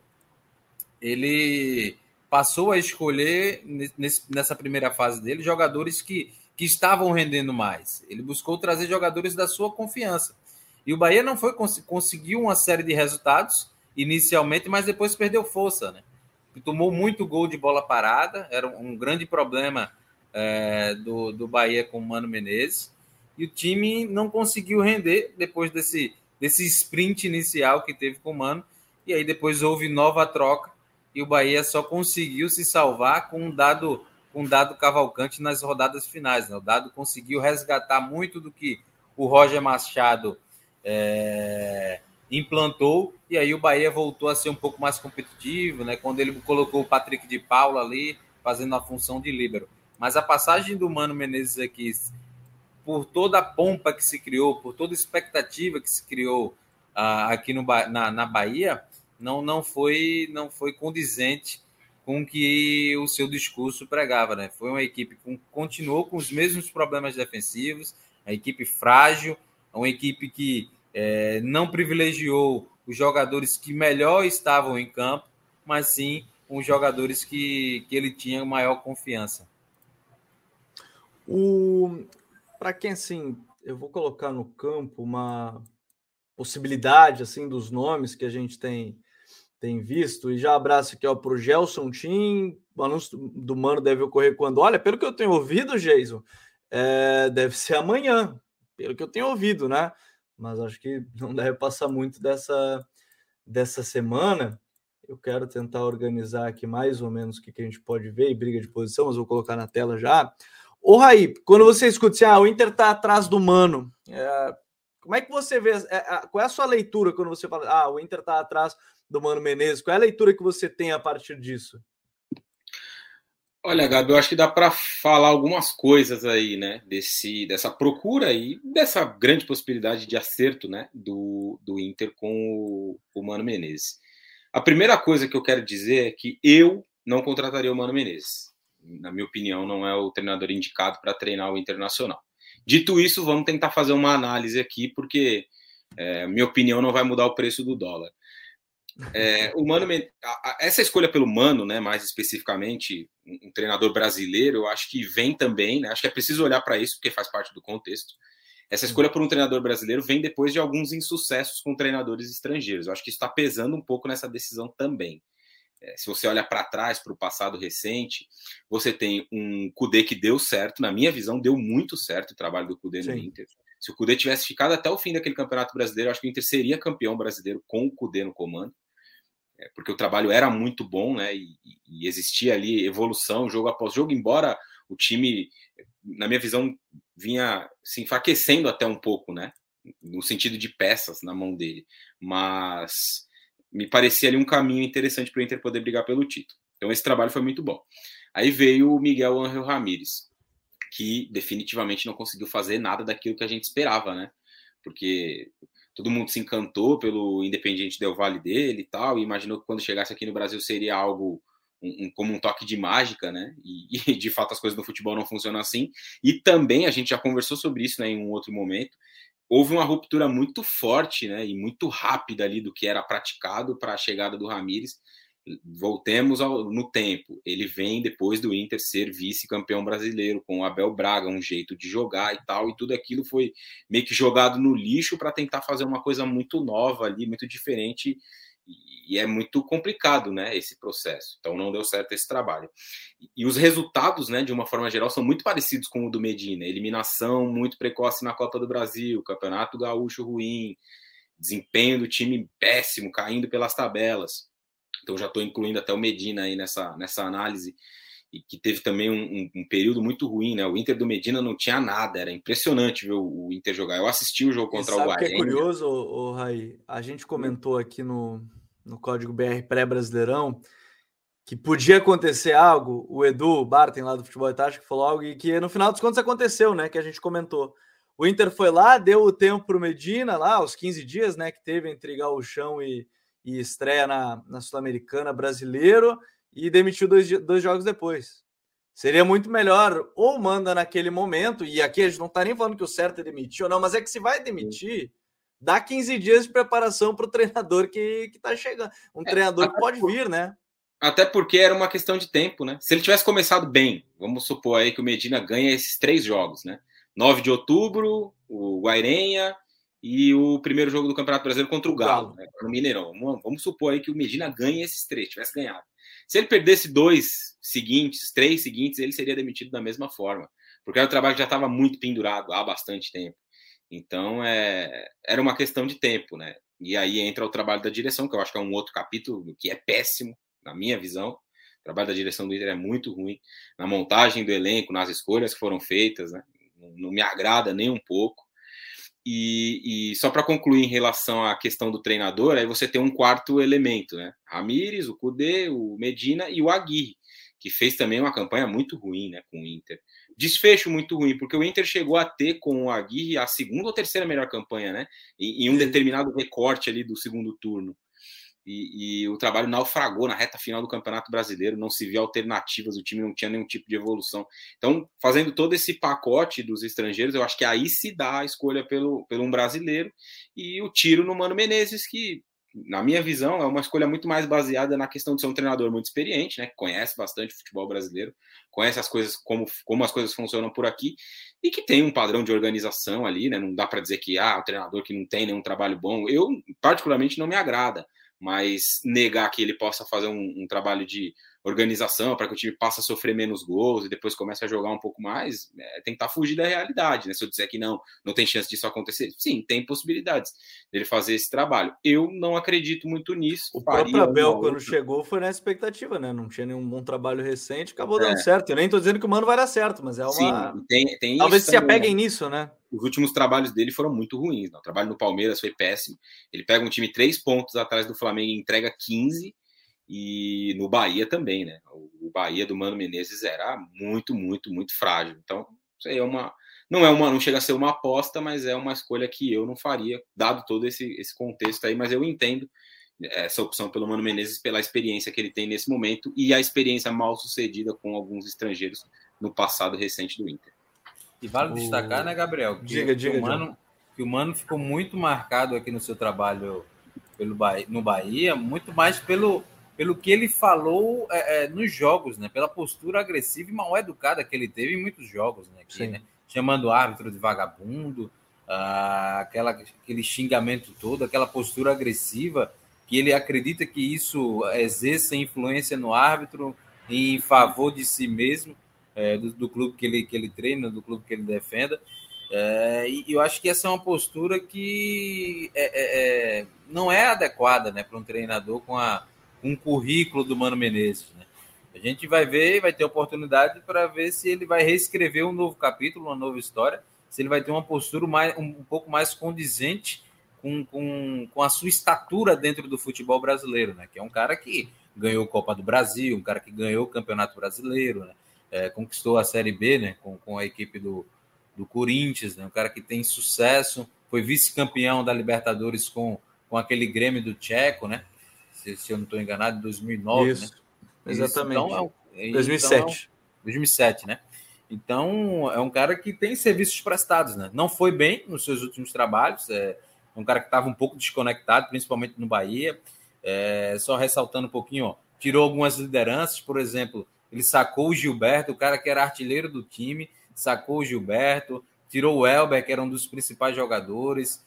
ele passou a escolher, nessa primeira fase dele, jogadores que estavam rendendo mais. Ele buscou trazer jogadores da sua confiança. E o Bahia não conseguiu uma série de resultados inicialmente, mas depois perdeu força, né? Tomou muito gol de bola parada, era um grande problema do Bahia com o Mano Menezes, e o time não conseguiu render depois desse sprint inicial que teve com o Mano, e aí depois houve nova troca, e o Bahia só conseguiu se salvar com um dado Cavalcante nas rodadas finais, né? O Dado conseguiu resgatar muito do que o Roger Machado implantou, e aí o Bahia voltou a ser um pouco mais competitivo, né? Quando ele colocou o Patrick de Paula ali, fazendo a função de líbero. Mas a passagem do Mano Menezes aqui, por toda a pompa que se criou, por toda a expectativa que se criou aqui na Bahia, não foi condizente com o que o seu discurso pregava, né? Foi uma equipe que continuou com os mesmos problemas defensivos, Uma equipe frágil, uma equipe que não privilegiou os jogadores que melhor estavam em campo, mas sim os jogadores que ele tinha maior confiança. Para quem, assim, eu vou colocar no campo uma possibilidade assim dos nomes que a gente tem visto, e já abraço aqui para o Gelson Tim. O anúncio do Mano deve ocorrer quando? Olha, pelo que eu tenho ouvido, Jason, deve ser amanhã, pelo que eu tenho ouvido, né? Mas acho que não deve passar muito dessa semana. Eu quero tentar organizar aqui mais ou menos o que a gente pode ver, e briga de posição, mas vou colocar na tela já. Ô, Raí, quando você escuta assim, o Inter tá atrás do Mano, como é que você vê, qual é a sua leitura quando você fala, o Inter tá atrás do Mano Menezes? Qual é a leitura que você tem a partir disso? Olha, Gabi, eu acho que dá para falar algumas coisas aí, né, dessa procura e dessa grande possibilidade de acerto, né, do Inter com o Mano Menezes. A primeira coisa que eu quero dizer é que eu não contrataria o Mano Menezes. Na minha opinião, não é o treinador indicado para treinar o Internacional. Dito isso, vamos tentar fazer uma análise aqui, porque minha opinião não vai mudar o preço do dólar. O Mano, essa escolha pelo Mano, né, mais especificamente, um treinador brasileiro, eu acho que vem também, né, acho que é preciso olhar para isso, porque faz parte do contexto. Essa escolha por um treinador brasileiro vem depois de alguns insucessos com treinadores estrangeiros. Eu acho que isso está pesando um pouco nessa decisão também. Se você olha para trás, para o passado recente, você tem um Kudê que deu certo, na minha visão, deu muito certo o trabalho do Kudê no Inter. Se o Kudê tivesse ficado até o fim daquele campeonato brasileiro, eu acho que o Inter seria campeão brasileiro com o Kudê no comando, porque o trabalho era muito bom, né? E existia ali evolução, jogo após jogo, embora o time, na minha visão, vinha se enfraquecendo até um pouco, né? No sentido de peças na mão dele. Mas me parecia ali um caminho interessante para o Inter poder brigar pelo título. Então esse trabalho foi muito bom. Aí veio o Miguel Ángel Ramírez, que definitivamente não conseguiu fazer nada daquilo que a gente esperava, né? Porque todo mundo se encantou pelo Independiente Del Valle dele e tal, e imaginou que quando chegasse aqui no Brasil seria algo como um toque de mágica, né? E de fato as coisas no futebol não funcionam assim. E também, a gente já conversou sobre isso, né, em um outro momento, houve uma ruptura muito forte, né, e muito rápida ali do que era praticado para a chegada do Ramírez. Voltemos no tempo. Ele vem depois do Inter ser vice-campeão brasileiro, com o Abel Braga, um jeito de jogar e tal, e tudo aquilo foi meio que jogado no lixo para tentar fazer uma coisa muito nova ali, muito diferente, e é muito complicado, né, esse processo. Então não deu certo esse trabalho. E os resultados, né, de uma forma geral, são muito parecidos com o do Medina. Eliminação muito precoce na Copa do Brasil, Campeonato Gaúcho ruim, desempenho do time péssimo, caindo pelas tabelas. Então já estou incluindo até o Medina aí nessa análise, e que teve também um período muito ruim, né? O Inter do Medina não tinha nada, era impressionante ver o Inter jogar. Eu assisti o jogo contra o Guarani. Sabe o que é curioso, Raí? A gente comentou aqui no Código BR pré-brasileirão que podia acontecer algo, o Edu Bartem lá do Futebol e Tática falou algo, e que no final dos contos aconteceu, né? Que a gente comentou. O Inter foi lá, deu o tempo para o Medina, lá, os 15 dias, né? Que teve entre Gauchão e estreia na Sul-Americana brasileiro, e demitiu dois jogos depois. Seria muito melhor, ou manda naquele momento, e aqui a gente não está nem falando que o certo é demitir ou não, mas é que se vai demitir, dá 15 dias de preparação para o treinador que está chegando. Um treinador que pode vir, né? Até porque era uma questão de tempo, né? Se ele tivesse começado bem, vamos supor aí que o Medina ganha esses 3 jogos, né? 9 de outubro, o Guairenha e o primeiro jogo do Campeonato Brasileiro contra o Galo, né, no Mineirão. Vamos supor aí que o Medina ganhe esses 3, tivesse ganhado. Se ele perdesse 2 seguintes, 3 seguintes, ele seria demitido da mesma forma, porque era um trabalho que já estava muito pendurado há bastante tempo. Então, era uma questão de tempo, né? E aí entra o trabalho da direção, que eu acho que é um outro capítulo que é péssimo, na minha visão. O trabalho da direção do Inter é muito ruim, na montagem do elenco, nas escolhas que foram feitas, né? Não me agrada nem um pouco. E só para concluir em relação à questão do treinador, aí você tem um quarto elemento, né? Ramírez, o Kudê, o Medina e o Aguirre, que fez também uma campanha muito ruim, né, com o Inter. Desfecho muito ruim, porque o Inter chegou a ter com o Aguirre a segunda ou terceira melhor campanha, né? Em um determinado recorte ali do segundo turno. e o trabalho naufragou na reta final do Campeonato Brasileiro, não se viu alternativas, o time não tinha nenhum tipo de evolução. Então, fazendo todo esse pacote dos estrangeiros, eu acho que aí se dá a escolha pelo um brasileiro e o tiro no Mano Menezes, que, na minha visão, é uma escolha muito mais baseada na questão de ser um treinador muito experiente, né, que conhece bastante o futebol brasileiro, conhece as coisas, como as coisas funcionam por aqui, e que tem um padrão de organização ali, né, não dá para dizer que um treinador que não tem nenhum trabalho bom, eu particularmente não me agrada, mas negar que ele possa fazer um trabalho de organização para que o time passe a sofrer menos gols e depois comece a jogar um pouco mais, tentar fugir da realidade, né? Se eu disser que não tem chance disso acontecer, sim, tem possibilidades dele fazer esse trabalho. Eu não acredito muito nisso. O próprio Abel, quando chegou, foi na expectativa, né? Não tinha nenhum bom trabalho recente, acabou dando certo. Eu nem tô dizendo que o Mano vai dar certo, mas é uma... Sim, tem talvez isso se também, apeguem nisso, né? Os últimos trabalhos dele foram muito ruins. Né? O trabalho no Palmeiras foi péssimo. Ele pega um time 3 pontos atrás do Flamengo e entrega 15. E no Bahia também, né? O Bahia do Mano Menezes era muito, muito, muito frágil. Então, isso aí não chega a ser uma aposta, mas é uma escolha que eu não faria, dado todo esse contexto aí. Mas eu entendo essa opção pelo Mano Menezes pela experiência que ele tem nesse momento e a experiência mal sucedida com alguns estrangeiros no passado recente do Inter. E vale destacar, né, Gabriel? Que o Mano ficou muito marcado aqui no seu trabalho no Bahia, muito mais pelo que ele falou nos jogos, né? Pela postura agressiva e mal educada que ele teve em muitos jogos, né? Aqui, né? Chamando o árbitro de vagabundo, aquele xingamento todo, aquela postura agressiva, que ele acredita que isso exerce influência no árbitro em favor de si mesmo, do clube que ele treina, do clube que ele defenda. E eu acho que essa é uma postura que não é adequada, né, para um treinador com um currículo do Mano Menezes. Né? A gente vai ter oportunidade para ver se ele vai reescrever um novo capítulo, uma nova história, se ele vai ter uma postura um pouco mais condizente com a sua estatura dentro do futebol brasileiro, né? Que é um cara que ganhou a Copa do Brasil, um cara que ganhou o Campeonato Brasileiro, né? Conquistou a Série B, né? Com a equipe do Corinthians, né? Um cara que tem sucesso, foi vice-campeão da Libertadores com aquele Grêmio do Tcheco, né? Se eu não estou enganado, em 2009, Isso, né? Exatamente. Então, 2007. 2007, né? Então, é um cara que tem serviços prestados, né? Não foi bem nos seus últimos trabalhos, é um cara que estava um pouco desconectado, principalmente no Bahia. Só ressaltando um pouquinho, ó, tirou algumas lideranças, por exemplo, ele sacou o Gilberto, o cara que era artilheiro do time, sacou o Gilberto, tirou o Elber, que era um dos principais jogadores,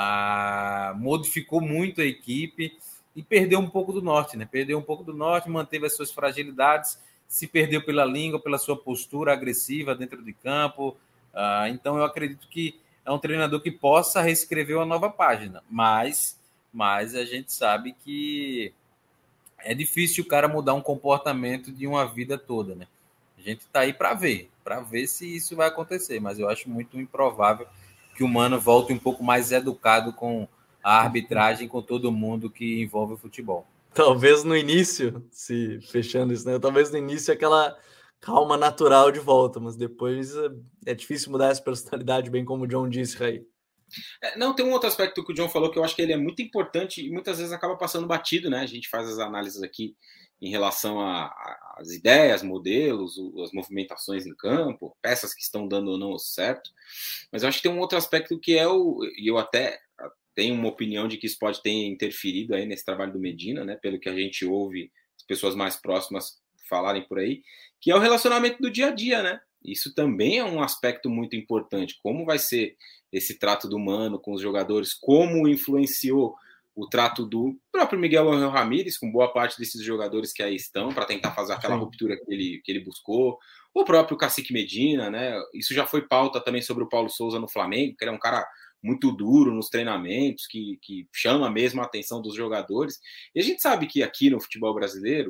modificou muito a equipe e perdeu um pouco do norte, né? Perdeu um pouco do norte, manteve as suas fragilidades, se perdeu pela língua, pela sua postura agressiva dentro de campo. Então eu acredito que é um treinador que possa reescrever uma nova página, mas a gente sabe que é difícil o cara mudar um comportamento de uma vida toda, né? A gente está aí para ver se isso vai acontecer, mas eu acho muito improvável que o Mano volte um pouco mais educado com a arbitragem, com todo mundo que envolve o futebol. Talvez no início, se fechando isso, né? Talvez no início aquela calma natural de volta, mas depois é difícil mudar essa personalidade, bem como o John disse aí. Não, tem um outro aspecto que o John falou que eu acho que ele é muito importante e muitas vezes acaba passando batido, né? A gente faz as análises aqui em relação às ideias, modelos, as movimentações em campo, peças que estão dando ou não certo. Mas eu acho que tem um outro aspecto que e eu até tenho uma opinião de que isso pode ter interferido aí nesse trabalho do Medina, né? Pelo que a gente ouve as pessoas mais próximas falarem por aí, que é o relacionamento do dia a dia, né? Isso também é um aspecto muito importante. Como vai ser esse trato do Mano com os jogadores, como influenciou o trato do próprio Miguel Ángel Ramírez, com boa parte desses jogadores que aí estão, para tentar fazer aquela ruptura que ele buscou, o próprio Cacique Medina, né? Isso já foi pauta também sobre o Paulo Souza no Flamengo, que ele é um cara muito duro nos treinamentos, que chama mesmo a atenção dos jogadores. E a gente sabe que aqui no futebol brasileiro,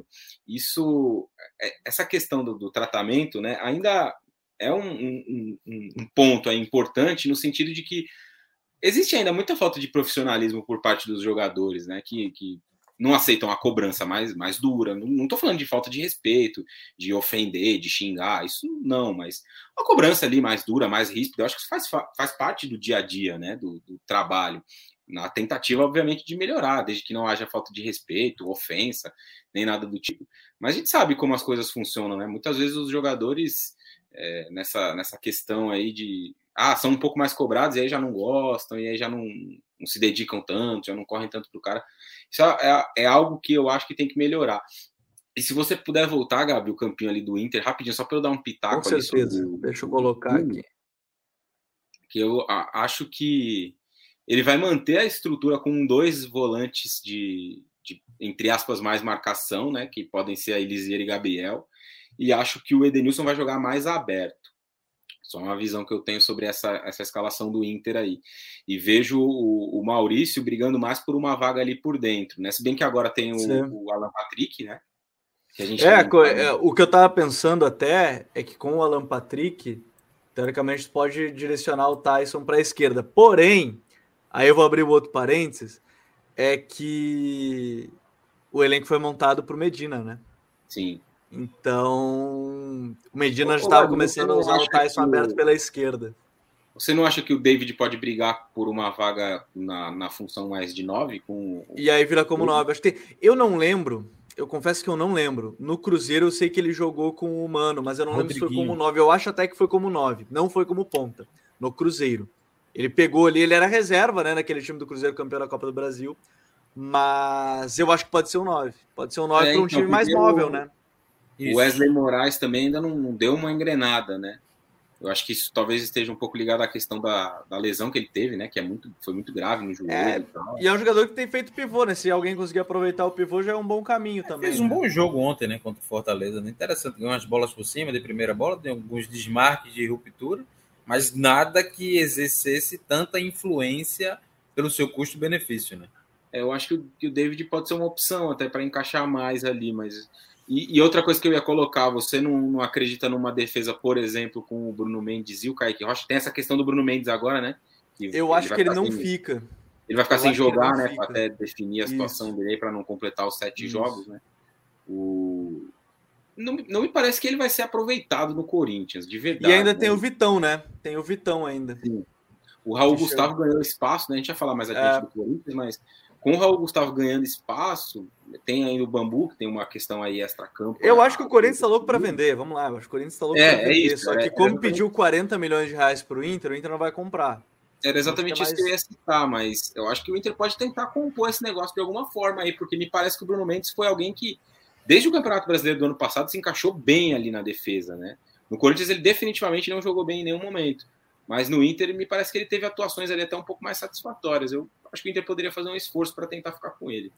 essa questão do tratamento, né, ainda é um ponto importante no sentido de que existe ainda muita falta de profissionalismo por parte dos jogadores, né, que não aceitam a cobrança mais dura. Não estou falando de falta de respeito, de ofender, de xingar, isso não, mas uma cobrança ali mais dura, mais ríspida, eu acho que isso faz parte do dia a dia, né, do trabalho. na tentativa, obviamente, de melhorar, desde que não haja falta de respeito, ofensa, nem nada do tipo. Mas a gente sabe como as coisas funcionam, né? Muitas vezes os jogadores, nessa questão aí de... são um pouco mais cobrados e aí já não gostam, e aí já não se dedicam tanto, já não correm tanto pro cara. Isso é algo que eu acho que tem que melhorar. E se você puder voltar, Gabi, o campinho ali do Inter, rapidinho, só para eu dar um pitaco. Com certeza, deixa eu colocar aqui. Que eu acho que ele vai manter a estrutura com 2 volantes de entre aspas, mais marcação, né? Que podem ser a Elisier e Gabriel. E acho que o Edenilson vai jogar mais aberto. Só uma visão que eu tenho sobre essa escalação do Inter aí. E vejo o Maurício brigando mais por uma vaga ali por dentro, né? Se bem que agora tem o Alan Patrick, né? Que a gente o que eu tava pensando até é que com o Alan Patrick, teoricamente pode direcionar o Tyson para a esquerda. Porém, aí eu vou abrir o outro parênteses, é que o elenco foi montado por Medina, né? Sim. Então, o Medina já estava começando a usar o Tyson aberto pela esquerda. Você não acha que o David pode brigar por uma vaga na função mais de 9? E aí vira como 9. Acho que eu não lembro, eu confesso que eu não lembro. No Cruzeiro eu sei que ele jogou com o Mano, mas eu não lembro se foi como 9. Eu acho até que foi como 9, não foi como ponta, no Cruzeiro. Ele pegou ali, ele era reserva, né, naquele time do Cruzeiro campeão da Copa do Brasil, mas eu acho que pode ser um 9. Pode ser um 9 para um time mais móvel, né? O Wesley Moraes também ainda não deu uma engrenada, né? Eu acho que isso talvez esteja um pouco ligado à questão da lesão que ele teve, né? Que foi muito grave no joelho e tal. E é um jogador que tem feito pivô, né? Se alguém conseguir aproveitar o pivô, já é um bom caminho também. Fez um bom jogo ontem, né? Contra o Fortaleza. Né? Interessante, ganhou umas bolas por cima de primeira bola, tem alguns desmarques de ruptura, mas nada que exercesse tanta influência pelo seu custo-benefício, né? Eu acho que o David pode ser uma opção até para encaixar mais ali, mas... E outra coisa que eu ia colocar, você não acredita numa defesa, por exemplo, com o Bruno Mendes e o Kaique Rocha? Tem essa questão do Bruno Mendes agora, né? Eu acho que ele não fica. Ele vai ficar sem jogar, né? Para até definir a situação dele, para não completar os 7 jogos, né? Não me parece que ele vai ser aproveitado no Corinthians, de verdade. E ainda tem o Vitão, né? Tem o Vitão ainda. Sim. O Raul Gustavo ganhou espaço, né? A gente vai falar mais adiante do Corinthians, mas... Com o Raul Gustavo ganhando espaço, tem ainda o Bambu, que tem uma questão aí extra-campo. Eu acho que o Corinthians está louco para vender. Vamos lá, eu acho que o Corinthians está louco para vender. Isso, só que como pediu 40 milhões de reais para o Inter não vai comprar. Era exatamente isso que eu ia citar, mas eu acho que o Inter pode tentar compor esse negócio de alguma forma aí, porque me parece que o Bruno Mendes foi alguém que, desde o Campeonato Brasileiro do ano passado, se encaixou bem ali na defesa, né? No Corinthians ele definitivamente não jogou bem em nenhum momento. Mas no Inter, me parece que ele teve atuações ali até um pouco mais satisfatórias. Eu acho que o Inter poderia fazer um esforço para tentar ficar com ele.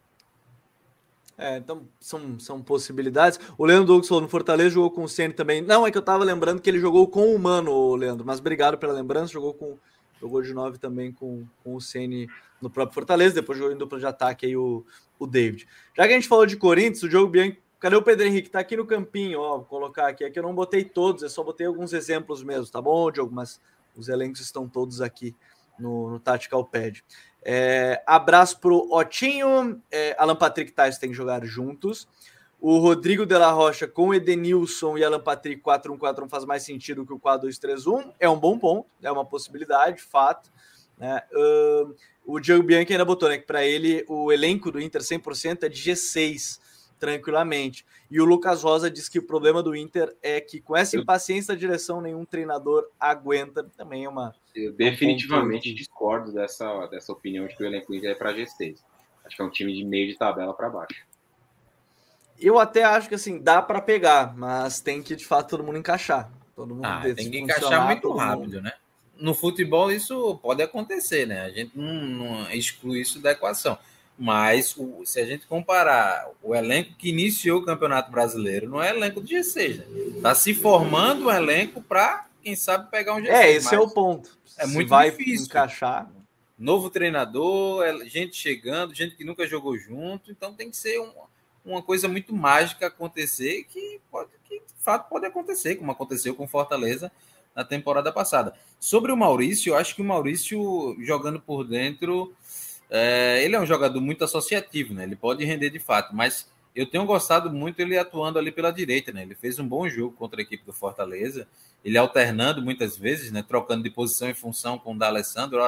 Então são possibilidades. O Leandro Douglas falou, no Fortaleza jogou com o Ceni também. Não, é que eu tava lembrando que ele jogou com o Mano, Leandro. Mas obrigado pela lembrança. Jogou de 9 também com o Ceni no próprio Fortaleza. Depois jogou em dupla de ataque aí o David. Já que a gente falou de Corinthians, o Diogo Bianchi... Cadê o Pedro Henrique? Tá aqui no campinho, ó. Vou colocar aqui. Aqui eu não botei todos, eu só botei alguns exemplos mesmo, tá bom, Diogo? Mas... os elencos estão todos aqui no Tactical Pad. Abraço para o Otinho. Alan Patrick e Tyson têm que jogar juntos. O Rodrigo de la Rocha com Edenilson e Alan Patrick 4-1-4-1 faz mais sentido que o 4-2-3-1. É um bom ponto, é uma possibilidade, fato. Né? O Diogo Bianchi ainda botou, né, que para ele o elenco do Inter 100% é de G6, tranquilamente. E o Lucas Rosa diz que o problema do Inter é que com essa impaciência da direção nenhum treinador aguenta. Também é uma... Eu definitivamente discordo dessa opinião de que o elenco do Inter é para G6. Acho que é um time de meio de tabela para baixo. Eu até acho que assim, dá para pegar, mas tem que de fato todo mundo encaixar. Todo mundo tem que encaixar muito rápido, né? No futebol isso pode acontecer, né? A gente não exclui isso da equação. Mas se a gente comparar o elenco que iniciou o Campeonato Brasileiro, não é elenco do G6, né? Está se formando um elenco para, quem sabe, pegar um G6. Esse é o ponto. É muito difícil encaixar. Novo treinador, gente chegando, gente que nunca jogou junto. Então tem que ser uma coisa muito mágica acontecer que de fato pode acontecer, como aconteceu com o Fortaleza na temporada passada. Sobre o Maurício, eu acho que o Maurício, jogando por dentro... ele é um jogador muito associativo, né? Ele pode render de fato, mas eu tenho gostado muito ele atuando ali pela direita, né? Ele fez um bom jogo contra a equipe do Fortaleza, ele alternando muitas vezes, né? Trocando de posição em função com o D'Alessandro, ora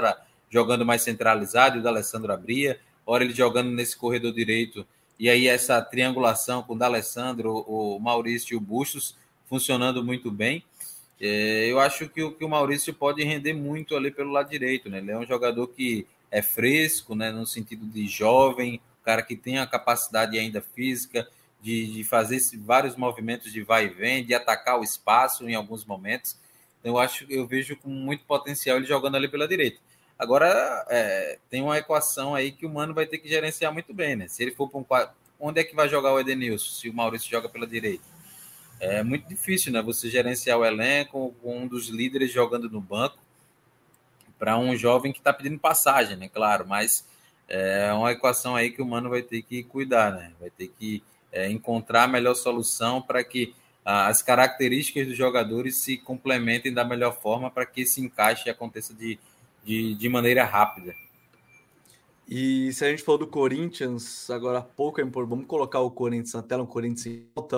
jogando mais centralizado, e o D'Alessandro abria, hora ele jogando nesse corredor direito, e aí essa triangulação com o D'Alessandro, o Maurício e o Bustos funcionando muito bem. Eu acho que o Maurício pode render muito ali pelo lado direito, né? Ele é um jogador que é fresco, né? No sentido de jovem, cara que tem a capacidade ainda física de fazer vários movimentos de vai e vem, de atacar o espaço em alguns momentos. Então, eu vejo com muito potencial ele jogando ali pela direita. Agora, tem uma equação aí que o Mano vai ter que gerenciar muito bem, né? Se ele for para um quadro, onde é que vai jogar o Edenilson, se o Maurício joga pela direita? É muito difícil, né? Você gerenciar o elenco com um dos líderes jogando no banco para um jovem que está pedindo passagem, né? Claro, mas é uma equação aí que o Mano vai ter que cuidar, né? Vai ter que encontrar a melhor solução para que as características dos jogadores se complementem da melhor forma para que esse encaixe aconteça de maneira rápida. E se a gente falou do Corinthians, agora há pouco, vamos colocar o Corinthians na tela, o Corinthians em volta.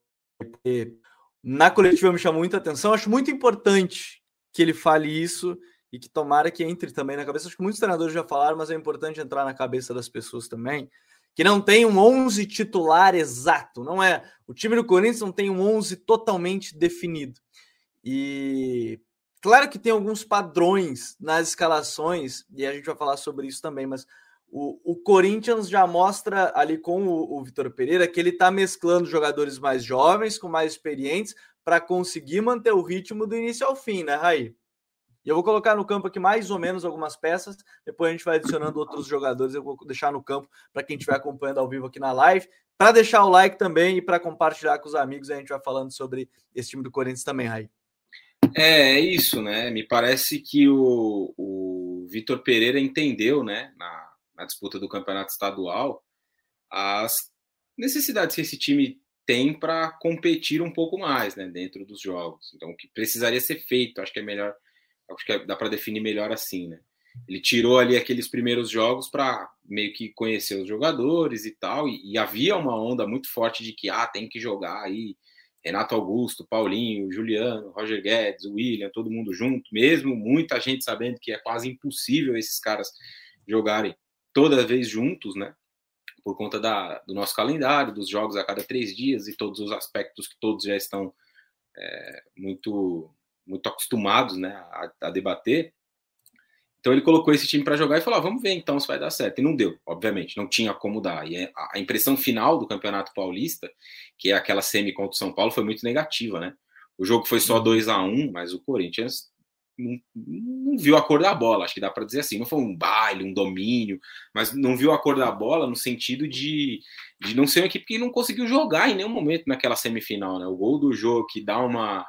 Na coletiva me chamou muita atenção, acho muito importante que ele fale isso e que tomara que entre também na cabeça. Acho que muitos treinadores já falaram, mas é importante entrar na cabeça das pessoas também, que não tem um 11 titular exato, não é? O time do Corinthians não tem um 11 totalmente definido. E claro que tem alguns padrões nas escalações, e a gente vai falar sobre isso também, mas o Corinthians já mostra ali com o Vitor Pereira que ele está mesclando jogadores mais jovens com mais experientes para conseguir manter o ritmo do início ao fim, né, Raí? E eu vou colocar no campo aqui mais ou menos algumas peças, depois a gente vai adicionando outros jogadores, eu vou deixar no campo para quem estiver acompanhando ao vivo aqui na live, para deixar o like também e para compartilhar com os amigos, a gente vai falando sobre esse time do Corinthians também, Raí. É isso, né? Me parece que o Vitor Pereira entendeu, né, na disputa do campeonato estadual, as necessidades que esse time tem para competir um pouco mais, né, dentro dos jogos. Então, o que precisaria ser feito, acho que é melhor, dá para definir melhor assim, né? Ele tirou ali aqueles primeiros jogos para meio que conhecer os jogadores e tal, e havia uma onda muito forte de que tem que jogar aí Renato Augusto, Paulinho, Juliano, Roger Guedes, William, todo mundo junto, mesmo muita gente sabendo que é quase impossível esses caras jogarem toda vez juntos, né? Por conta do nosso calendário, dos jogos a cada 3 dias e todos os aspectos que todos já estão muito, muito acostumados, né, a debater. Então ele colocou esse time para jogar e falou, vamos ver então se vai dar certo. E não deu, obviamente, não tinha como dar. E a impressão final do Campeonato Paulista, que é aquela semi contra o São Paulo, foi muito negativa, né? O jogo foi só 2-1, mas o Corinthians não viu a cor da bola, acho que dá para dizer assim, não foi um baile, um domínio, mas não viu a cor da bola no sentido de não ser uma equipe que não conseguiu jogar em nenhum momento naquela semifinal, né? O gol do jogo que dá uma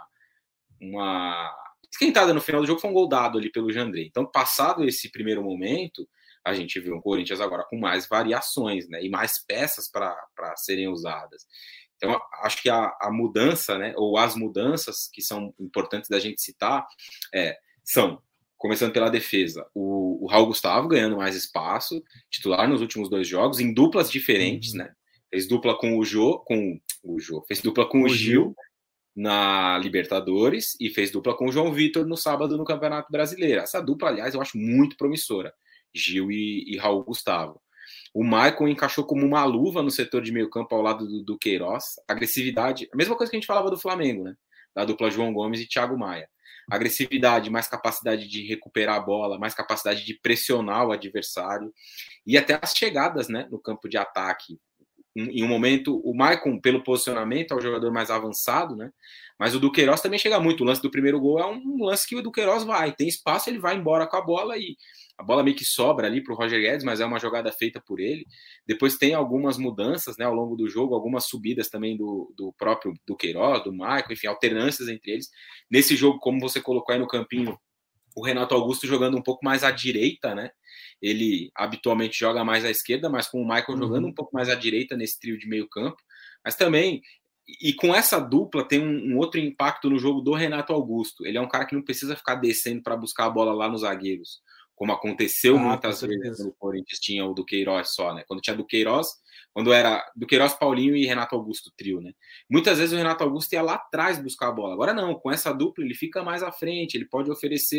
esquentada no final do jogo foi um gol dado ali pelo Jandrei. Então, passado esse primeiro momento, a gente viu um Corinthians agora com mais variações, né? E mais peças para serem usadas. Então, acho que a mudança, né, ou as mudanças que são importantes da gente citar, são, começando pela defesa, o Raul Gustavo ganhando mais espaço, titular nos últimos 2 jogos, em duplas diferentes, né? Fez dupla com o Jô, fez dupla com o Gil na Libertadores e fez dupla com o João Vitor no sábado no Campeonato Brasileiro. Essa dupla, aliás, eu acho muito promissora, Gil e Raul Gustavo. O Maicon encaixou como uma luva no setor de meio campo ao lado do Queiroz. Agressividade, a mesma coisa que a gente falava do Flamengo, né? Da dupla João Gomes e Thiago Maia. Agressividade, mais capacidade de recuperar a bola, mais capacidade de pressionar o adversário e até as chegadas, né, no campo de ataque. Em um momento, o Maicon, pelo posicionamento, é o jogador mais avançado, né? Mas o Duqueiroz também chega muito. O lance do primeiro gol é um lance que o Duqueiroz vai. Tem espaço, ele vai embora com a bola e a bola meio que sobra ali para o Roger Guedes, mas é uma jogada feita por ele. Depois tem algumas mudanças, né, ao longo do jogo, algumas subidas também do próprio Duqueiroz, do Maicon, enfim, alternâncias entre eles. Nesse jogo, como você colocou aí no campinho, o Renato Augusto jogando um pouco mais à direita, né? Ele habitualmente joga mais à esquerda, mas com o Maicon jogando um pouco mais à direita nesse trio de meio campo. Mas também, e com essa dupla, tem um outro impacto no jogo do Renato Augusto. Ele é um cara que não precisa ficar descendo para buscar a bola lá nos zagueiros, como aconteceu muitas vezes quando o Corinthians tinha o Duqueiroz só, né? Quando tinha Duqueiroz, quando era Duqueiroz, Paulinho e Renato Augusto trio, né? Muitas vezes o Renato Augusto ia lá atrás buscar a bola. Agora não, com essa dupla ele fica mais à frente, ele pode oferecer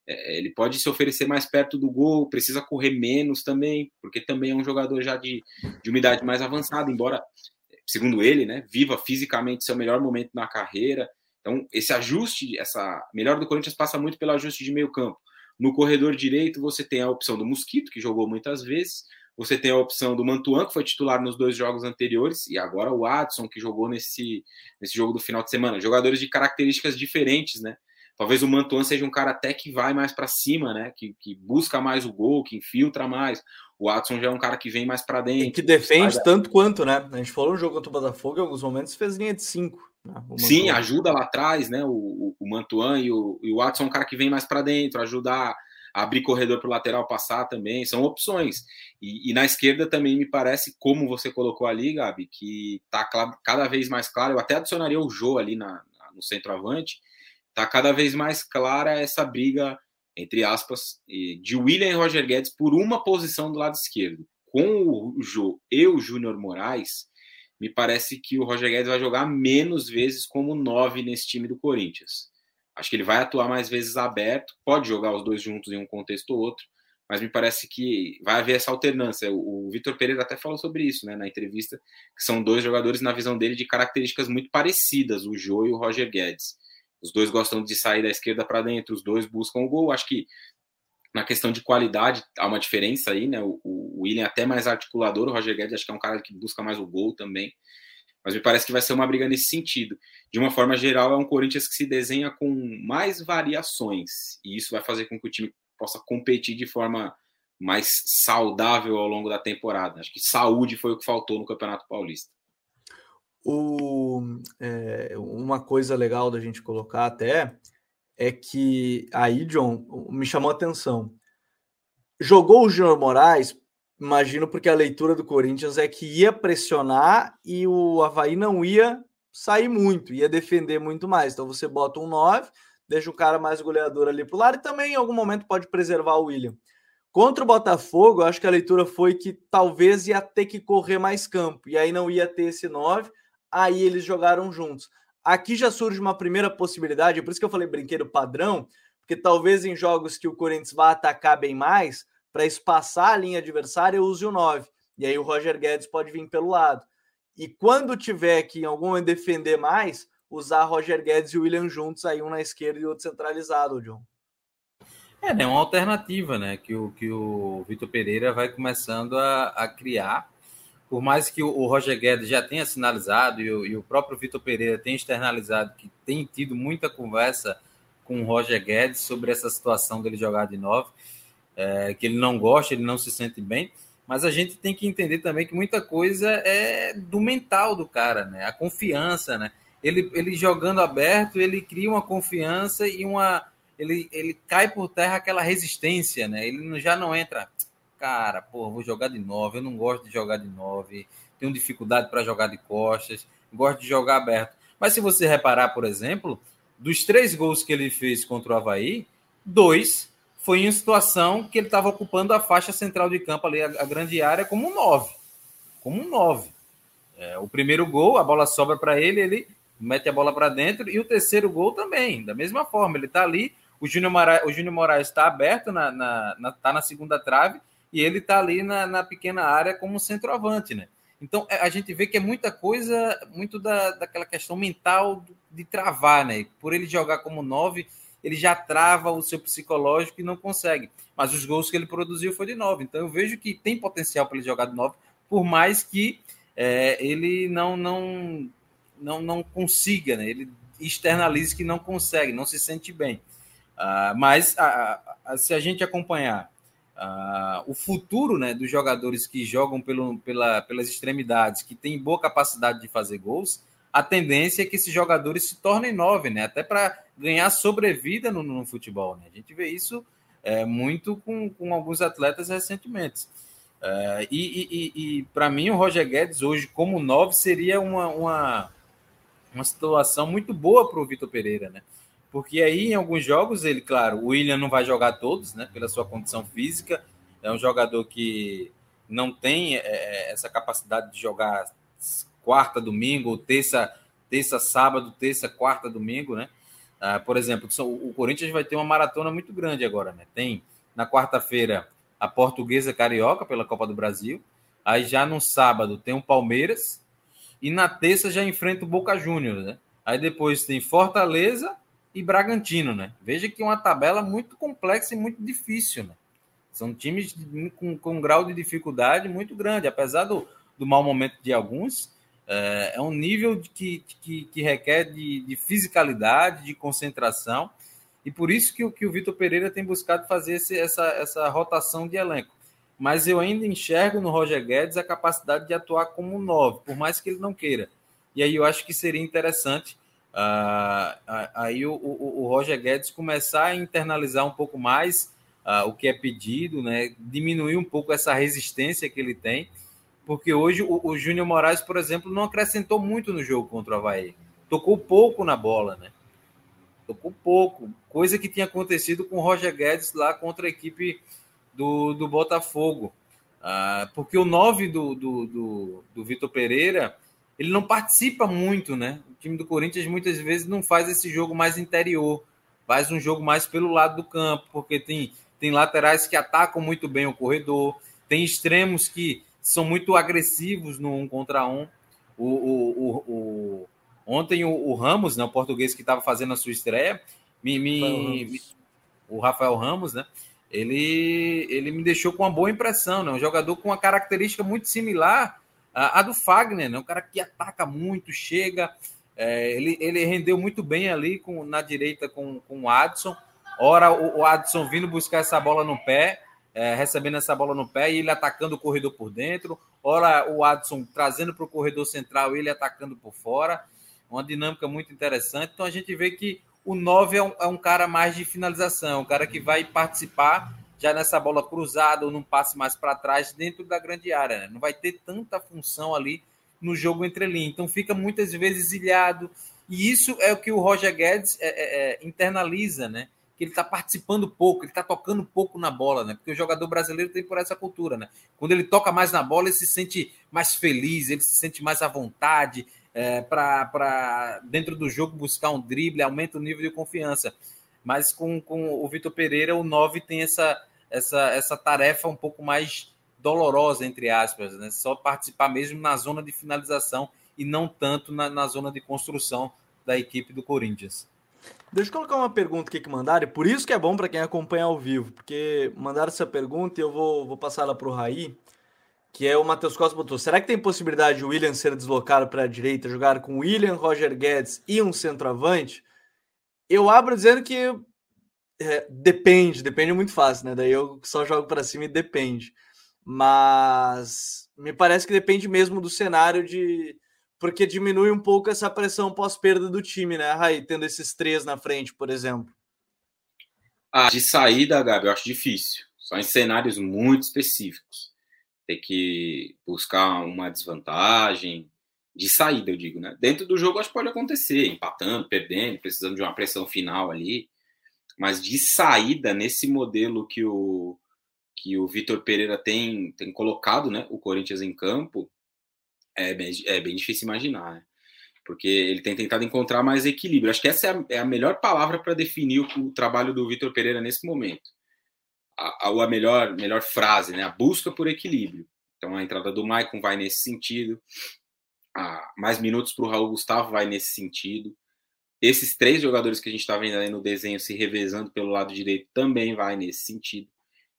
Ele pode se oferecer mais perto do gol, precisa correr menos também, porque também é um jogador já de uma idade mais avançada, embora, segundo ele, né, viva fisicamente seu melhor momento na carreira. Então, esse ajuste, melhor do Corinthians passa muito pelo ajuste de meio campo. No corredor direito, você tem a opção do Mosquito, que jogou muitas vezes, você tem a opção do Mantuan, que foi titular nos 2 jogos anteriores, e agora o Adson, que jogou nesse jogo do final de semana. Jogadores de características diferentes, né? Talvez o Mantuan seja um cara até que vai mais para cima, né? Que busca mais o gol, que infiltra mais. O Adson já é um cara que vem mais para dentro. E que defende tanto quanto, né? A gente falou no jogo contra o Botafogo, em alguns momentos fez linha de 5. Né? Sim, ajuda lá atrás, né? O Mantuan e o Adson é um cara que vem mais para dentro, ajuda a abrir corredor para o lateral passar também. São opções. E na esquerda também me parece, como você colocou ali, Gabi, que tá cada vez mais claro. Eu até adicionaria o Jô ali no centroavante. Tá cada vez mais clara essa briga, entre aspas, de William e Roger Guedes por uma posição do lado esquerdo. Com o Jô e o Júnior Moraes, me parece que o Roger Guedes vai jogar menos vezes como 9 nesse time do Corinthians. Acho que ele vai atuar mais vezes aberto, pode jogar os dois juntos em um contexto ou outro, mas me parece que vai haver essa alternância. O Vitor Pereira até falou sobre isso, né, na entrevista, que são 2 jogadores, na visão dele, de características muito parecidas, o Jô e o Roger Guedes. Os 2 gostam de sair da esquerda para dentro, os 2 buscam o gol. Acho que na questão de qualidade há uma diferença aí, né? O William é até mais articulador, o Roger Guedes acho que é um cara que busca mais o gol também. Mas me parece que vai ser uma briga nesse sentido. De uma forma geral, é um Corinthians que se desenha com mais variações. E isso vai fazer com que o time possa competir de forma mais saudável ao longo da temporada. Acho que saúde foi o que faltou no Campeonato Paulista. Uma coisa legal da gente colocar até é que aí, John, me chamou a atenção. Jogou o Júnior Moraes, imagino, porque a leitura do Corinthians é que ia pressionar e o Avaí não ia sair muito, ia defender muito mais. Então você bota um 9, deixa o cara mais goleador ali pro lado e também em algum momento pode preservar o William. Contra o Botafogo, eu acho que a leitura foi que talvez ia ter que correr mais campo, e aí não ia ter esse 9, aí eles jogaram juntos. Aqui já surge uma primeira possibilidade, por isso que eu falei brinquedo padrão, porque talvez em jogos que o Corinthians vá atacar bem mais, para espaçar a linha adversária, use o 9. E aí o Roger Guedes pode vir pelo lado. E quando tiver que em algum momento defender mais, usar Roger Guedes e o William juntos, aí um na esquerda e outro centralizado, John. É uma alternativa, né? Que o Vitor Pereira vai começando a criar. Por mais que o Roger Guedes já tenha sinalizado e o próprio Vitor Pereira tenha externalizado que tem tido muita conversa com o Roger Guedes sobre essa situação dele jogar de 9, que ele não gosta, ele não se sente bem, mas a gente tem que entender também que muita coisa é do mental do cara, né? A confiança, né? Ele jogando aberto, ele cria uma confiança e ele cai por terra aquela resistência, né? Ele já não entra... Cara, vou jogar de 9, eu não gosto de jogar de 9, tenho dificuldade para jogar de costas, gosto de jogar aberto. Mas se você reparar, por exemplo, dos 3 gols que ele fez contra o Avaí, 2 foi em situação que ele estava ocupando a faixa central de campo ali, a grande área, como um 9. Como um 9. O primeiro gol, a bola sobra para ele mete a bola para dentro, e o terceiro gol também, da mesma forma, ele está ali, o Júnior Moraes está aberto, tá na segunda trave, e ele está ali na pequena área como centroavante, né? Então, a gente vê que é muita coisa, muito daquela questão mental de travar, né? Por ele jogar como 9, ele já trava o seu psicológico e não consegue. Mas os gols que ele produziu foi de 9. Então, eu vejo que tem potencial para ele jogar de 9, por mais que ele não consiga, né? Ele externalize que não consegue, não se sente bem. Mas se a gente acompanhar o futuro, né, dos jogadores que jogam pelas extremidades, que têm boa capacidade de fazer gols, a tendência é que esses jogadores se tornem 9, né, até para ganhar sobrevida no futebol. Né? A gente vê isso muito com alguns atletas recentemente. E para mim, o Roger Guedes hoje, como 9, seria uma situação muito boa para o Vitor Pereira, né? Porque aí, em alguns jogos, o William não vai jogar todos, né? Pela sua condição física. É um jogador que não tem essa capacidade de jogar quarta, domingo, ou terça, sábado, terça, quarta, domingo, né? Por exemplo, o Corinthians vai ter uma maratona muito grande agora, né? Tem na quarta-feira a Portuguesa Carioca pela Copa do Brasil, aí já no sábado tem o Palmeiras e na terça já enfrenta o Boca Juniors, né? Aí depois tem Fortaleza e Bragantino, né? Veja que é uma tabela muito complexa e muito difícil, né? São times com um grau de dificuldade muito grande, apesar do mau momento de alguns. É um nível que requer de fisicalidade, de concentração, e por isso que o Vitor Pereira tem buscado fazer essa rotação de elenco. Mas eu ainda enxergo no Roger Guedes a capacidade de atuar como 9, por mais que ele não queira. E aí eu acho que seria interessante aí o Roger Guedes começar a internalizar um pouco mais o que é pedido, né? Diminuir um pouco essa resistência que ele tem, porque hoje o Júnior Moraes, por exemplo, não acrescentou muito no jogo contra o Avaí. Tocou pouco na bola, né? Tocou pouco. Coisa que tinha acontecido com o Roger Guedes lá contra a equipe do Botafogo. Porque o 9 do Vitor Pereira, ele não participa muito, né? O time do Corinthians muitas vezes não faz esse jogo mais interior, faz um jogo mais pelo lado do campo, porque tem laterais que atacam muito bem o corredor, tem extremos que são muito agressivos no 1 contra 1. Ontem o Ramos, né, o português que estava fazendo a sua estreia, o Rafael Ramos, né, ele me deixou com uma boa impressão, né, um jogador com uma característica muito similar à do Fagner, né, um cara que ataca muito, chega, ele rendeu muito bem ali na direita com o Adson. Ora o Adson vindo buscar essa bola no pé, recebendo essa bola no pé e ele atacando o corredor por dentro. Ora o Adson trazendo para o corredor central e ele atacando por fora. Uma dinâmica muito interessante. Então a gente vê que o 9 é um cara mais de finalização, um cara que vai participar já nessa bola cruzada ou num passe mais para trás dentro da grande área, né? Não vai ter tanta função ali no jogo entre linhas. Então fica muitas vezes ilhado. E isso é o que o Roger Guedes internaliza, né? Que ele está participando pouco, ele está tocando pouco na bola, né? Porque o jogador brasileiro tem por essa cultura, né? Quando ele toca mais na bola, ele se sente mais feliz, ele se sente mais à vontade para dentro do jogo buscar um drible, aumenta o nível de confiança. Mas com o Vitor Pereira, o 9 tem essa tarefa um pouco mais dolorosa, entre aspas, né? Só participar mesmo na zona de finalização e não tanto na zona de construção da equipe do Corinthians. Deixa eu colocar uma pergunta aqui que mandaram, e por isso que é bom para quem acompanha ao vivo, porque mandaram essa pergunta e eu vou passar ela para o Raí, que é o Matheus Costa botou. Será que tem possibilidade de o William ser deslocado para a direita, jogar com William, Roger Guedes e um centroavante? Eu abro dizendo que depende muito fácil, né? Daí eu só jogo para cima e depende. Mas me parece que depende mesmo do cenário porque diminui um pouco essa pressão pós-perda do time, né, Raí? Tendo esses 3 na frente, por exemplo. De saída, Gabi, eu acho difícil. Só em cenários muito específicos. Tem que buscar uma desvantagem. De saída, eu digo, né? Dentro do jogo, acho que pode acontecer. Empatando, perdendo, precisando de uma pressão final ali. Mas de saída, nesse modelo que o Vitor Pereira tem colocado, né, o Corinthians em campo, é bem difícil imaginar, né? Porque ele tem tentado encontrar mais equilíbrio. Acho que essa é a melhor palavra para definir o trabalho do Vitor Pereira nesse momento. A melhor frase, né? A busca por equilíbrio. Então a entrada do Maicon vai nesse sentido, mais minutos para o Raul Gustavo vai nesse sentido. Esses 3 jogadores que a gente está vendo aí no desenho se revezando pelo lado direito também vai nesse sentido.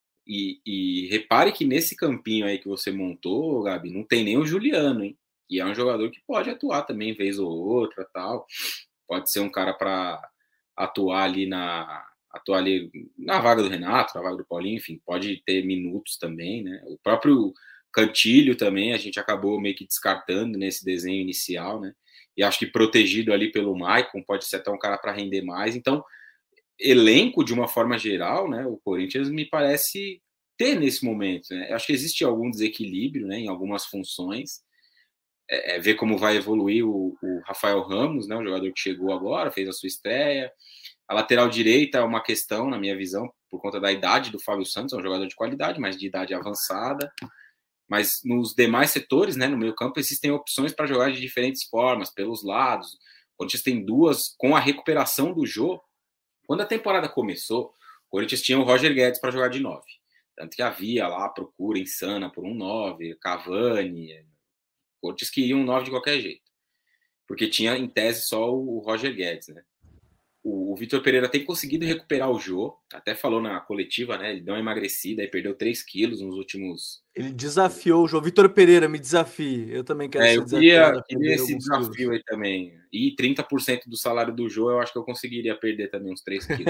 E repare que nesse campinho aí que você montou, Gabi, não tem nem o Juliano, hein? Que é um jogador que pode atuar também, vez ou outra, tal. Pode ser um cara para atuar ali na vaga do Renato, na vaga do Paulinho, enfim, pode ter minutos também, né? O próprio Cantilho também, a gente acabou meio que descartando nesse desenho inicial, né? E acho que protegido ali pelo Maicon, pode ser até um cara para render mais. Então, elenco, de uma forma geral, né, o Corinthians me parece ter nesse momento, né? Acho que existe algum desequilíbrio, né, em algumas funções. Ver como vai evoluir o Rafael Ramos, né, um jogador que chegou agora, fez a sua estreia. A lateral direita é uma questão, na minha visão, por conta da idade do Fábio Santos, é um jogador de qualidade, mas de idade avançada. Mas nos demais setores, né, no meio campo, existem opções para jogar de diferentes formas, pelos lados. Corinthians tem 2 com a recuperação do Jô. Quando a temporada começou, o Corinthians tinha o Roger Guedes para jogar de 9. Tanto que havia lá a procura insana por um 9, Cavani. O Corinthians queria um 9 de qualquer jeito. Porque tinha, em tese, só o Roger Guedes, né? O Vitor Pereira tem conseguido recuperar o Jô, até falou na coletiva, né? Ele deu uma emagrecida e perdeu 3 quilos nos últimos... Ele desafiou o Jô. Vitor Pereira, me desafie. Eu também quero ser desafiado. Eu queria esse desafio quilos aí também. E 30% do salário do Jô, eu acho que eu conseguiria perder também uns 3 quilos.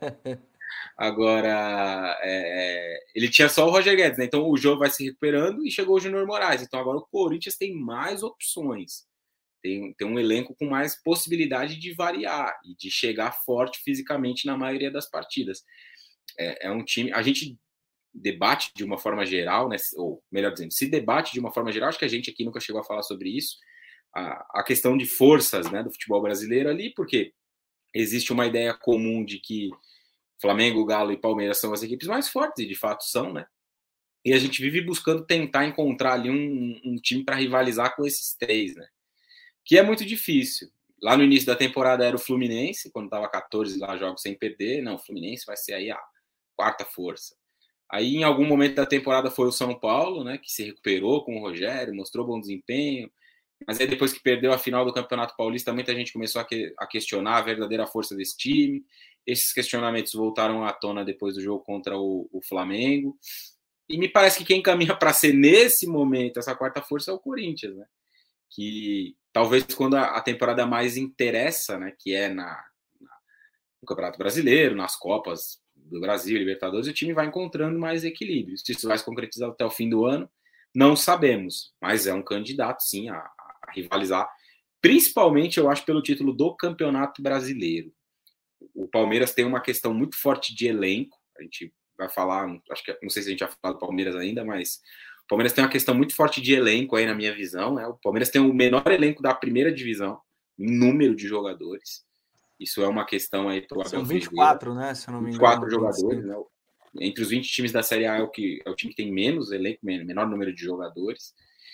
Agora, ele tinha só o Roger Guedes, né? Então o Jô vai se recuperando e chegou o Júnior Moraes. Então agora o Corinthians tem mais opções. Tem um elenco com mais possibilidade de variar e de chegar forte fisicamente na maioria das partidas. É um time... A gente debate de uma forma geral, né? Ou melhor dizendo, se debate de uma forma geral, acho que a gente aqui nunca chegou a falar sobre isso, a questão de forças, né, do futebol brasileiro ali, porque existe uma ideia comum de que Flamengo, Galo e Palmeiras são as equipes mais fortes, e de fato são, né? E a gente vive buscando tentar encontrar ali um time para rivalizar com esses 3, né? Que é muito difícil. Lá no início da temporada era o Fluminense, quando estava 14 lá jogos sem perder. Não, o Fluminense vai ser aí a 4ª força. Aí em algum momento da temporada foi o São Paulo, né, que se recuperou com o Rogério, mostrou bom desempenho. Mas aí depois que perdeu a final do Campeonato Paulista, muita gente começou a questionar a verdadeira força desse time. Esses questionamentos voltaram à tona depois do jogo contra o Flamengo. E me parece que quem caminha para ser, nesse momento, essa 4ª força é o Corinthians, né? Que talvez quando a temporada mais interessa, né, que é no Campeonato Brasileiro, nas Copas do Brasil, Libertadores, o time vai encontrando mais equilíbrio. Se isso vai se concretizar até o fim do ano, não sabemos. Mas é um candidato, sim, a rivalizar. Principalmente, eu acho, pelo título do Campeonato Brasileiro. O Palmeiras tem uma questão muito forte de elenco. A gente vai falar, acho que não sei se a gente vai falar do Palmeiras ainda, mas o Palmeiras tem uma questão muito forte de elenco aí, na minha visão, né? O Palmeiras tem o menor elenco da primeira divisão, em número de jogadores. Isso é uma questão aí para o Abel Ferreira. São 24, né? Se eu não me engano. 24 jogadores, né? Entre os 20 times da Série A é o time que tem menos elenco, menor número de jogadores.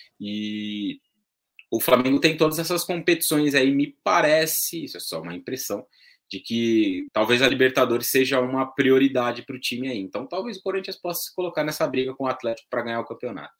E o Flamengo tem todas essas competições aí, me parece, isso é só uma impressão, de que talvez a Libertadores seja uma prioridade para o time aí. Então talvez o Corinthians possa se colocar nessa briga com o Atlético para ganhar o campeonato.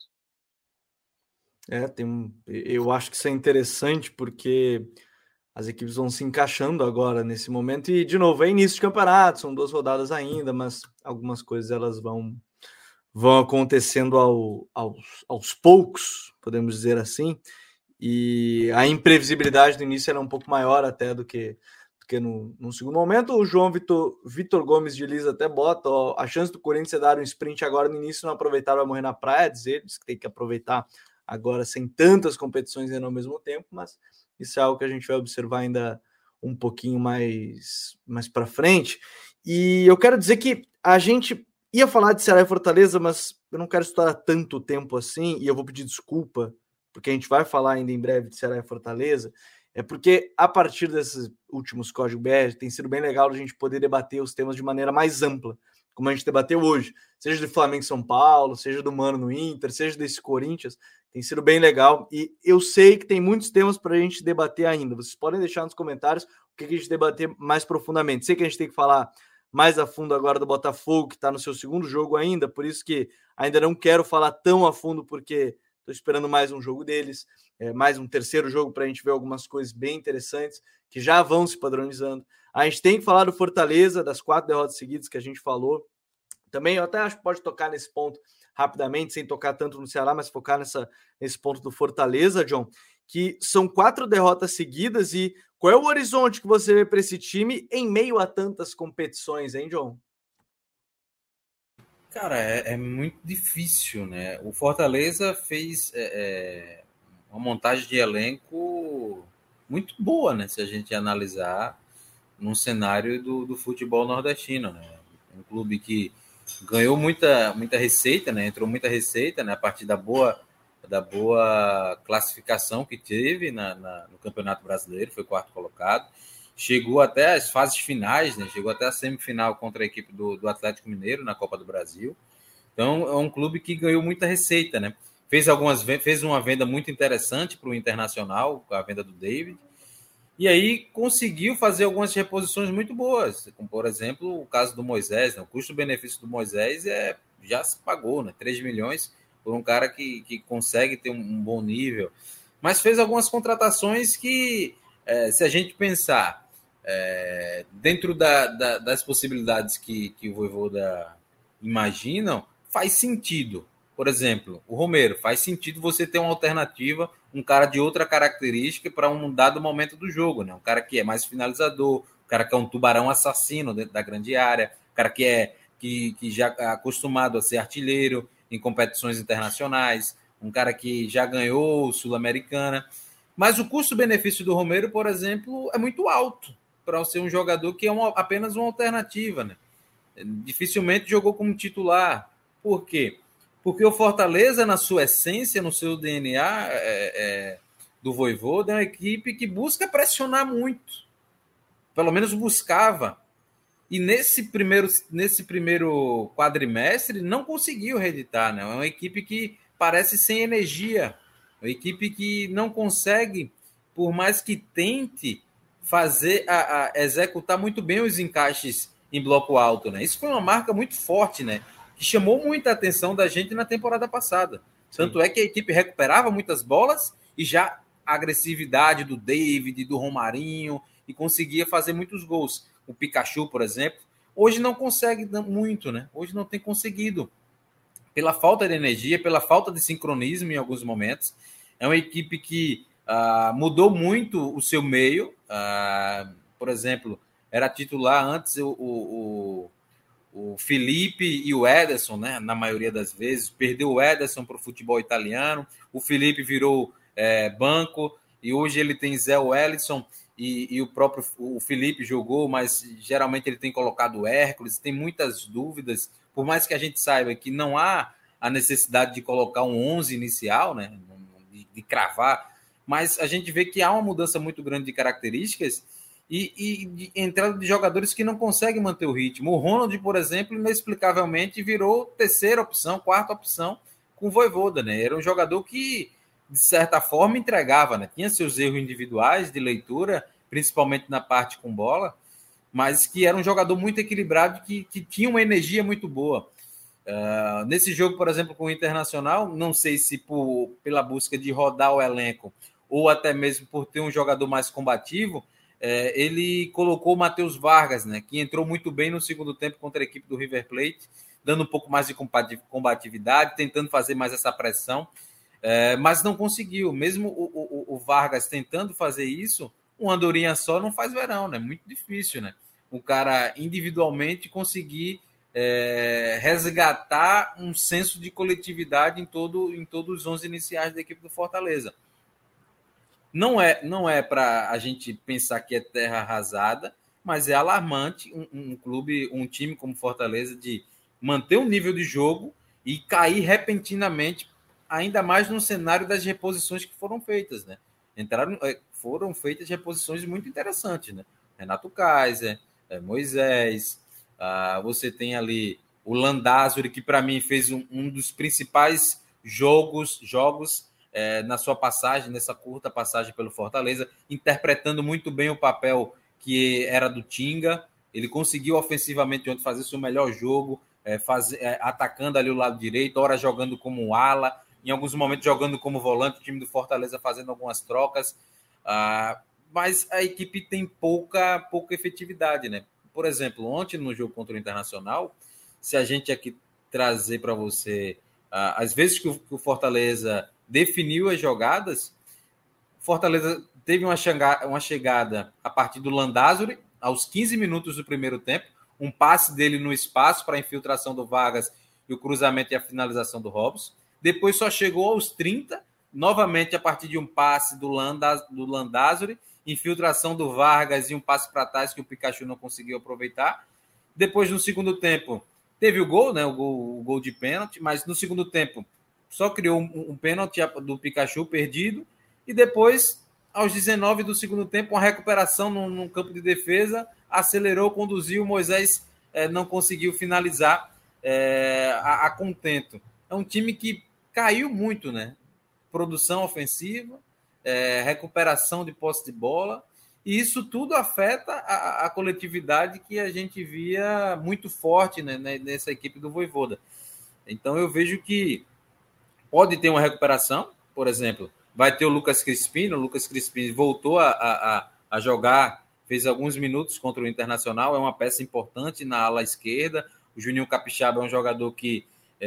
Eu acho que isso é interessante porque as equipes vão se encaixando agora nesse momento e, de novo, é início de campeonato, são 2 rodadas ainda, mas algumas coisas elas vão acontecendo aos poucos, podemos dizer assim, e a imprevisibilidade do início era um pouco maior até do que no segundo momento. O João Vitor Gomes de Liza até bota, a chance do Corinthians é dar um sprint agora no início, não aproveitar, vai morrer na praia, diz que tem que aproveitar agora sem tantas competições ainda ao mesmo tempo, mas isso é algo que a gente vai observar ainda um pouquinho mais para frente. E eu quero dizer que a gente ia falar de Ceará e Fortaleza, mas eu não quero estourar tanto tempo assim, e eu vou pedir desculpa, porque a gente vai falar ainda em breve de Ceará e Fortaleza, é porque a partir desses últimos Código BR tem sido bem legal a gente poder debater os temas de maneira mais ampla, como a gente debateu hoje, seja do Flamengo e São Paulo, seja do Mano no Inter, seja desse Corinthians, tem sido bem legal, e eu sei que tem muitos temas para a gente debater ainda. Vocês podem deixar nos comentários o que a gente debater mais profundamente. Sei que a gente tem que falar mais a fundo agora do Botafogo, que está no seu segundo jogo ainda, por isso que ainda não quero falar tão a fundo, porque estou esperando mais um jogo deles, mais um terceiro jogo para a gente ver algumas coisas bem interessantes que já vão se padronizando. A gente tem que falar do Fortaleza, das 4 derrotas seguidas que a gente falou. Também eu até acho que pode tocar nesse ponto rapidamente, sem tocar tanto no Ceará, mas focar nesse ponto do Fortaleza, John, que são 4 derrotas seguidas. E qual é o horizonte que você vê para esse time em meio a tantas competições, hein, John? Cara, é muito difícil, né? O Fortaleza fez uma montagem de elenco muito boa, né? Se a gente analisar num cenário do futebol nordestino, né? Um clube que ganhou muita receita, né? Entrou muita receita, né? A partir da boa classificação que teve no Campeonato Brasileiro, foi 4º colocado. Chegou até as fases finais, né? Chegou até a semifinal contra a equipe do Atlético Mineiro na Copa do Brasil. Então, é um clube que ganhou muita receita, né? Fez uma venda muito interessante para o Internacional, a venda do David. E aí conseguiu fazer algumas reposições muito boas, como por exemplo o caso do Moisés, né? O custo-benefício do Moisés já se pagou, né? 3 milhões por um cara que consegue ter um bom nível. Mas fez algumas contratações que, se a gente pensar dentro das possibilidades que o Vojvoda imaginam, faz sentido. Por exemplo, o Romero, faz sentido você ter uma alternativa, um cara de outra característica para um dado momento do jogo, né? Um cara que é mais finalizador, um cara que é um tubarão assassino dentro da grande área, um cara que já é acostumado a ser artilheiro em competições internacionais, um cara que já ganhou Sul-Americana. Mas o custo-benefício do Romero, por exemplo, é muito alto para ser um jogador que é apenas uma alternativa, né? Dificilmente jogou como titular. Por quê? Porque o Fortaleza, na sua essência, no seu DNA do Vojvoda, é uma equipe que busca pressionar muito. Pelo menos buscava. E nesse primeiro quadrimestre não conseguiu reeditar. Né? É uma equipe que parece sem energia. Uma equipe que não consegue, por mais que tente, executar muito bem os encaixes em bloco alto. Né? Isso foi uma marca muito forte, né? Que chamou muita atenção da gente na temporada passada. Sim. Tanto é que a equipe recuperava muitas bolas e já a agressividade do David, do Romarinho, e conseguia fazer muitos gols. O Pikachu, por exemplo, hoje não consegue muito, né? Hoje não tem conseguido. Pela falta de energia, pela falta de sincronismo em alguns momentos. É uma equipe que mudou muito o seu meio. Por exemplo, era titular antes o Felipe e o Ederson, né? Na maioria das vezes. Perdeu o Ederson para o futebol italiano. O Felipe virou banco. E hoje ele tem Zé Wellison. E o Felipe jogou, mas geralmente ele tem colocado o Hércules, tem muitas dúvidas, por mais que a gente saiba que não há a necessidade de colocar um 11 inicial, né, de cravar, mas a gente vê que há uma mudança muito grande de características e de entrada de jogadores que não conseguem manter o ritmo. O Ronald, por exemplo, inexplicavelmente virou terceira opção, quarta opção com o Vojvoda, né? Era um jogador que de certa forma entregava, né? Tinha seus erros individuais de leitura, principalmente na parte com bola, mas que era um jogador muito equilibrado, que tinha uma energia muito boa. Nesse jogo, por exemplo, com o Internacional, não sei se pela busca de rodar o elenco ou até mesmo por ter um jogador mais combativo, ele colocou o Matheus Vargas, né? Que entrou muito bem no segundo tempo contra a equipe do River Plate, dando um pouco mais de combatividade, tentando fazer mais essa pressão. Mas não conseguiu. Mesmo o Vargas tentando fazer isso, um andorinha só não faz verão, né? Muito difícil, né? O cara individualmente conseguir resgatar um senso de coletividade em todos os 11 iniciais da equipe do Fortaleza. Não é para a gente pensar que é terra arrasada, mas é alarmante um clube, um time como Fortaleza, de manter um nível de jogo e cair repentinamente, ainda mais no cenário das reposições que foram feitas, né? Foram feitas reposições muito interessantes, né? Renato Kaiser, Moisés, você tem ali o Landázuri, que para mim fez um dos principais jogos na sua passagem, nessa curta passagem pelo Fortaleza, interpretando muito bem o papel que era do Tinga. Ele conseguiu ofensivamente ontem fazer seu melhor jogo, atacando ali o lado direito, ora jogando como ala, em alguns momentos jogando como volante, o time do Fortaleza fazendo algumas trocas, mas a equipe tem pouca efetividade, né? Por exemplo, ontem no jogo contra o Internacional, se a gente aqui trazer para você as vezes que o Fortaleza definiu as jogadas, o Fortaleza teve uma chegada a partir do Landázuri, aos 15 minutos do primeiro tempo, um passe dele no espaço para a infiltração do Vargas e o cruzamento e a finalização do Robson. Depois só chegou aos 30, novamente a partir de um passe do Landázuri, infiltração do Vargas e um passe para trás que o Pikachu não conseguiu aproveitar. Depois, no segundo tempo, teve o gol, né? O gol de pênalti, mas no segundo tempo só criou um pênalti do Pikachu perdido. E depois, aos 19 do segundo tempo, uma recuperação no campo de defesa, acelerou, conduziu, o Moisés não conseguiu finalizar a contento. É um time que caiu muito, né? Produção ofensiva, recuperação de posse de bola E isso tudo afeta a coletividade que a gente via muito forte, né, nessa equipe do Vojvoda. Então eu vejo que pode ter uma recuperação, por exemplo, vai ter o Lucas Crispim voltou a jogar, fez alguns minutos contra o Internacional, é uma peça importante na ala esquerda. O Juninho Capixaba é um jogador que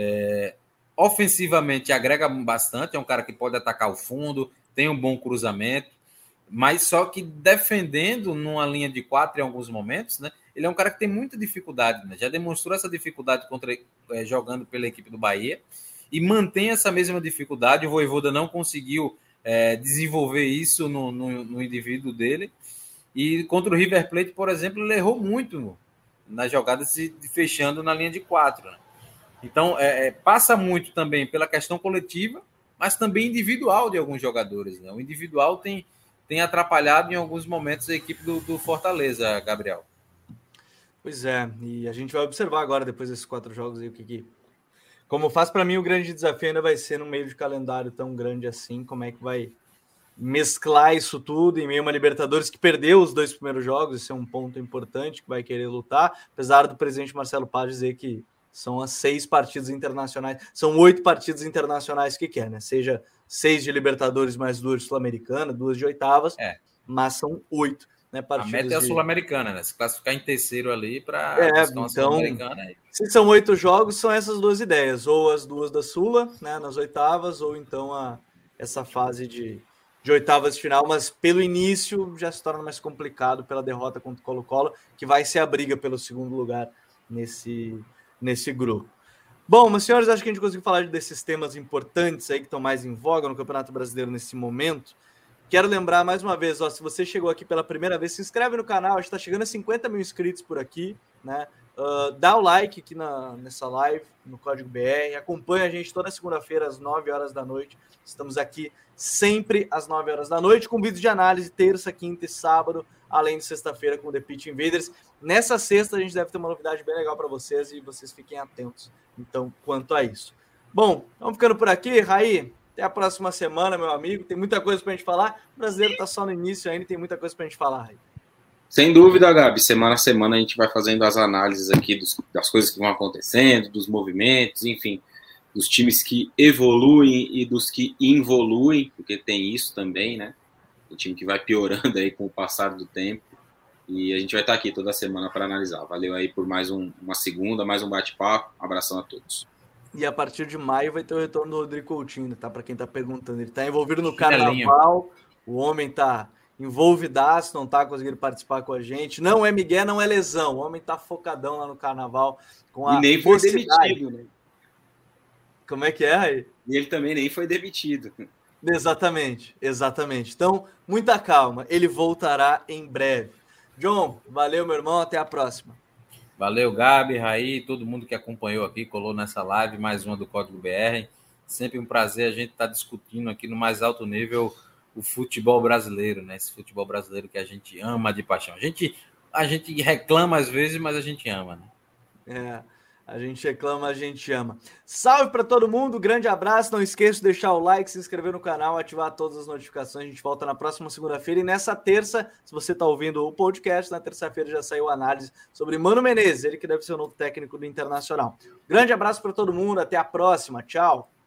ofensivamente agrega bastante, é um cara que pode atacar o fundo, tem um bom cruzamento, mas só que defendendo numa linha de 4 em alguns momentos, né? Ele é um cara que tem muita dificuldade, né? Já demonstrou essa dificuldade jogando pela equipe do Bahia e mantém essa mesma dificuldade. O Vojvoda não conseguiu desenvolver isso no indivíduo dele. E contra o River Plate, por exemplo, ele errou muito nas jogadas fechando na linha de 4. Né? Então, passa muito também pela questão coletiva, mas também individual de alguns jogadores. Né? O individual tem atrapalhado em alguns momentos a equipe do Fortaleza, Gabriel. Pois é, e a gente vai observar agora, depois desses 4 jogos, aí, o que como faz para mim o grande desafio ainda vai ser no meio de calendário tão grande assim, como é que vai mesclar isso tudo em meio a uma Libertadores que perdeu os 2 primeiros jogos. Esse é um ponto importante que vai querer lutar, apesar do presidente Marcelo Paz dizer que são as 6 partidas internacionais, são 8 partidas internacionais que quer, né? Seja 6 de Libertadores mais 2 de Sul-Americana, 2 de oitavas, mas são 8. Né, a meta é a Sul-Americana, né? Se classificar em terceiro ali para então, Sul-Americana. Se são 8 jogos, são essas 2 ideias, ou as 2 da Sula, né, nas oitavas, ou então essa fase de oitavas de final, mas pelo início já se torna mais complicado pela derrota contra o Colo-Colo, que vai ser a briga pelo segundo lugar nesse grupo. Bom, meus senhores, acho que a gente conseguiu falar desses temas importantes aí que estão mais em voga no Campeonato Brasileiro nesse momento. Quero lembrar mais uma vez, se você chegou aqui pela primeira vez, se inscreve no canal, a gente está chegando a 50 mil inscritos por aqui, né? Dá o like aqui nessa live, no Código BR, acompanha a gente toda segunda-feira às 9 horas da noite, estamos aqui sempre às 9 horas da noite, com vídeo de análise terça, quinta e sábado, além de sexta-feira com The Pitch Invaders. Nessa sexta a gente deve ter uma novidade bem legal para vocês e vocês fiquem atentos, então, quanto a isso. Bom, vamos ficando por aqui, Raí. Até a próxima semana, meu amigo. Tem muita coisa para a gente falar. O brasileiro está só no início ainda, tem muita coisa para a gente falar. Sem dúvida, Gabi. Semana a semana a gente vai fazendo as análises aqui das coisas que vão acontecendo, dos movimentos, enfim, dos times que evoluem e dos que involuem, porque tem isso também, né? O time que vai piorando aí com o passar do tempo. E a gente vai estar aqui toda semana para analisar. Valeu aí por mais uma segunda, mais um bate-papo. Um abração a todos. E a partir de maio vai ter o retorno do Rodrigo Coutinho, tá? Para quem tá perguntando. Ele tá envolvido no carnaval, o homem tá envolvidaço, não tá conseguindo participar com a gente. Não é migué, não é lesão. O homem tá focadão lá no carnaval. E nem foi demitido, né? Como é que é aí? E ele também nem foi demitido. Exatamente. Então, muita calma. Ele voltará em breve. John, valeu, meu irmão. Até a próxima. Valeu, Gabi, Raí, todo mundo que acompanhou aqui, colou nessa live, mais uma do Código BR. Sempre um prazer a gente estar discutindo aqui no mais alto nível o futebol brasileiro, né? Esse futebol brasileiro que a gente ama de paixão. A gente reclama às vezes, mas a gente ama, né? A gente reclama, a gente ama. Salve para todo mundo, grande abraço. Não esqueça de deixar o like, se inscrever no canal, ativar todas as notificações. A gente volta na próxima segunda-feira. E nessa terça, se você está ouvindo o podcast, na terça-feira já saiu a análise sobre Mano Menezes, ele que deve ser o novo técnico do Internacional. Grande abraço para todo mundo, até a próxima. Tchau.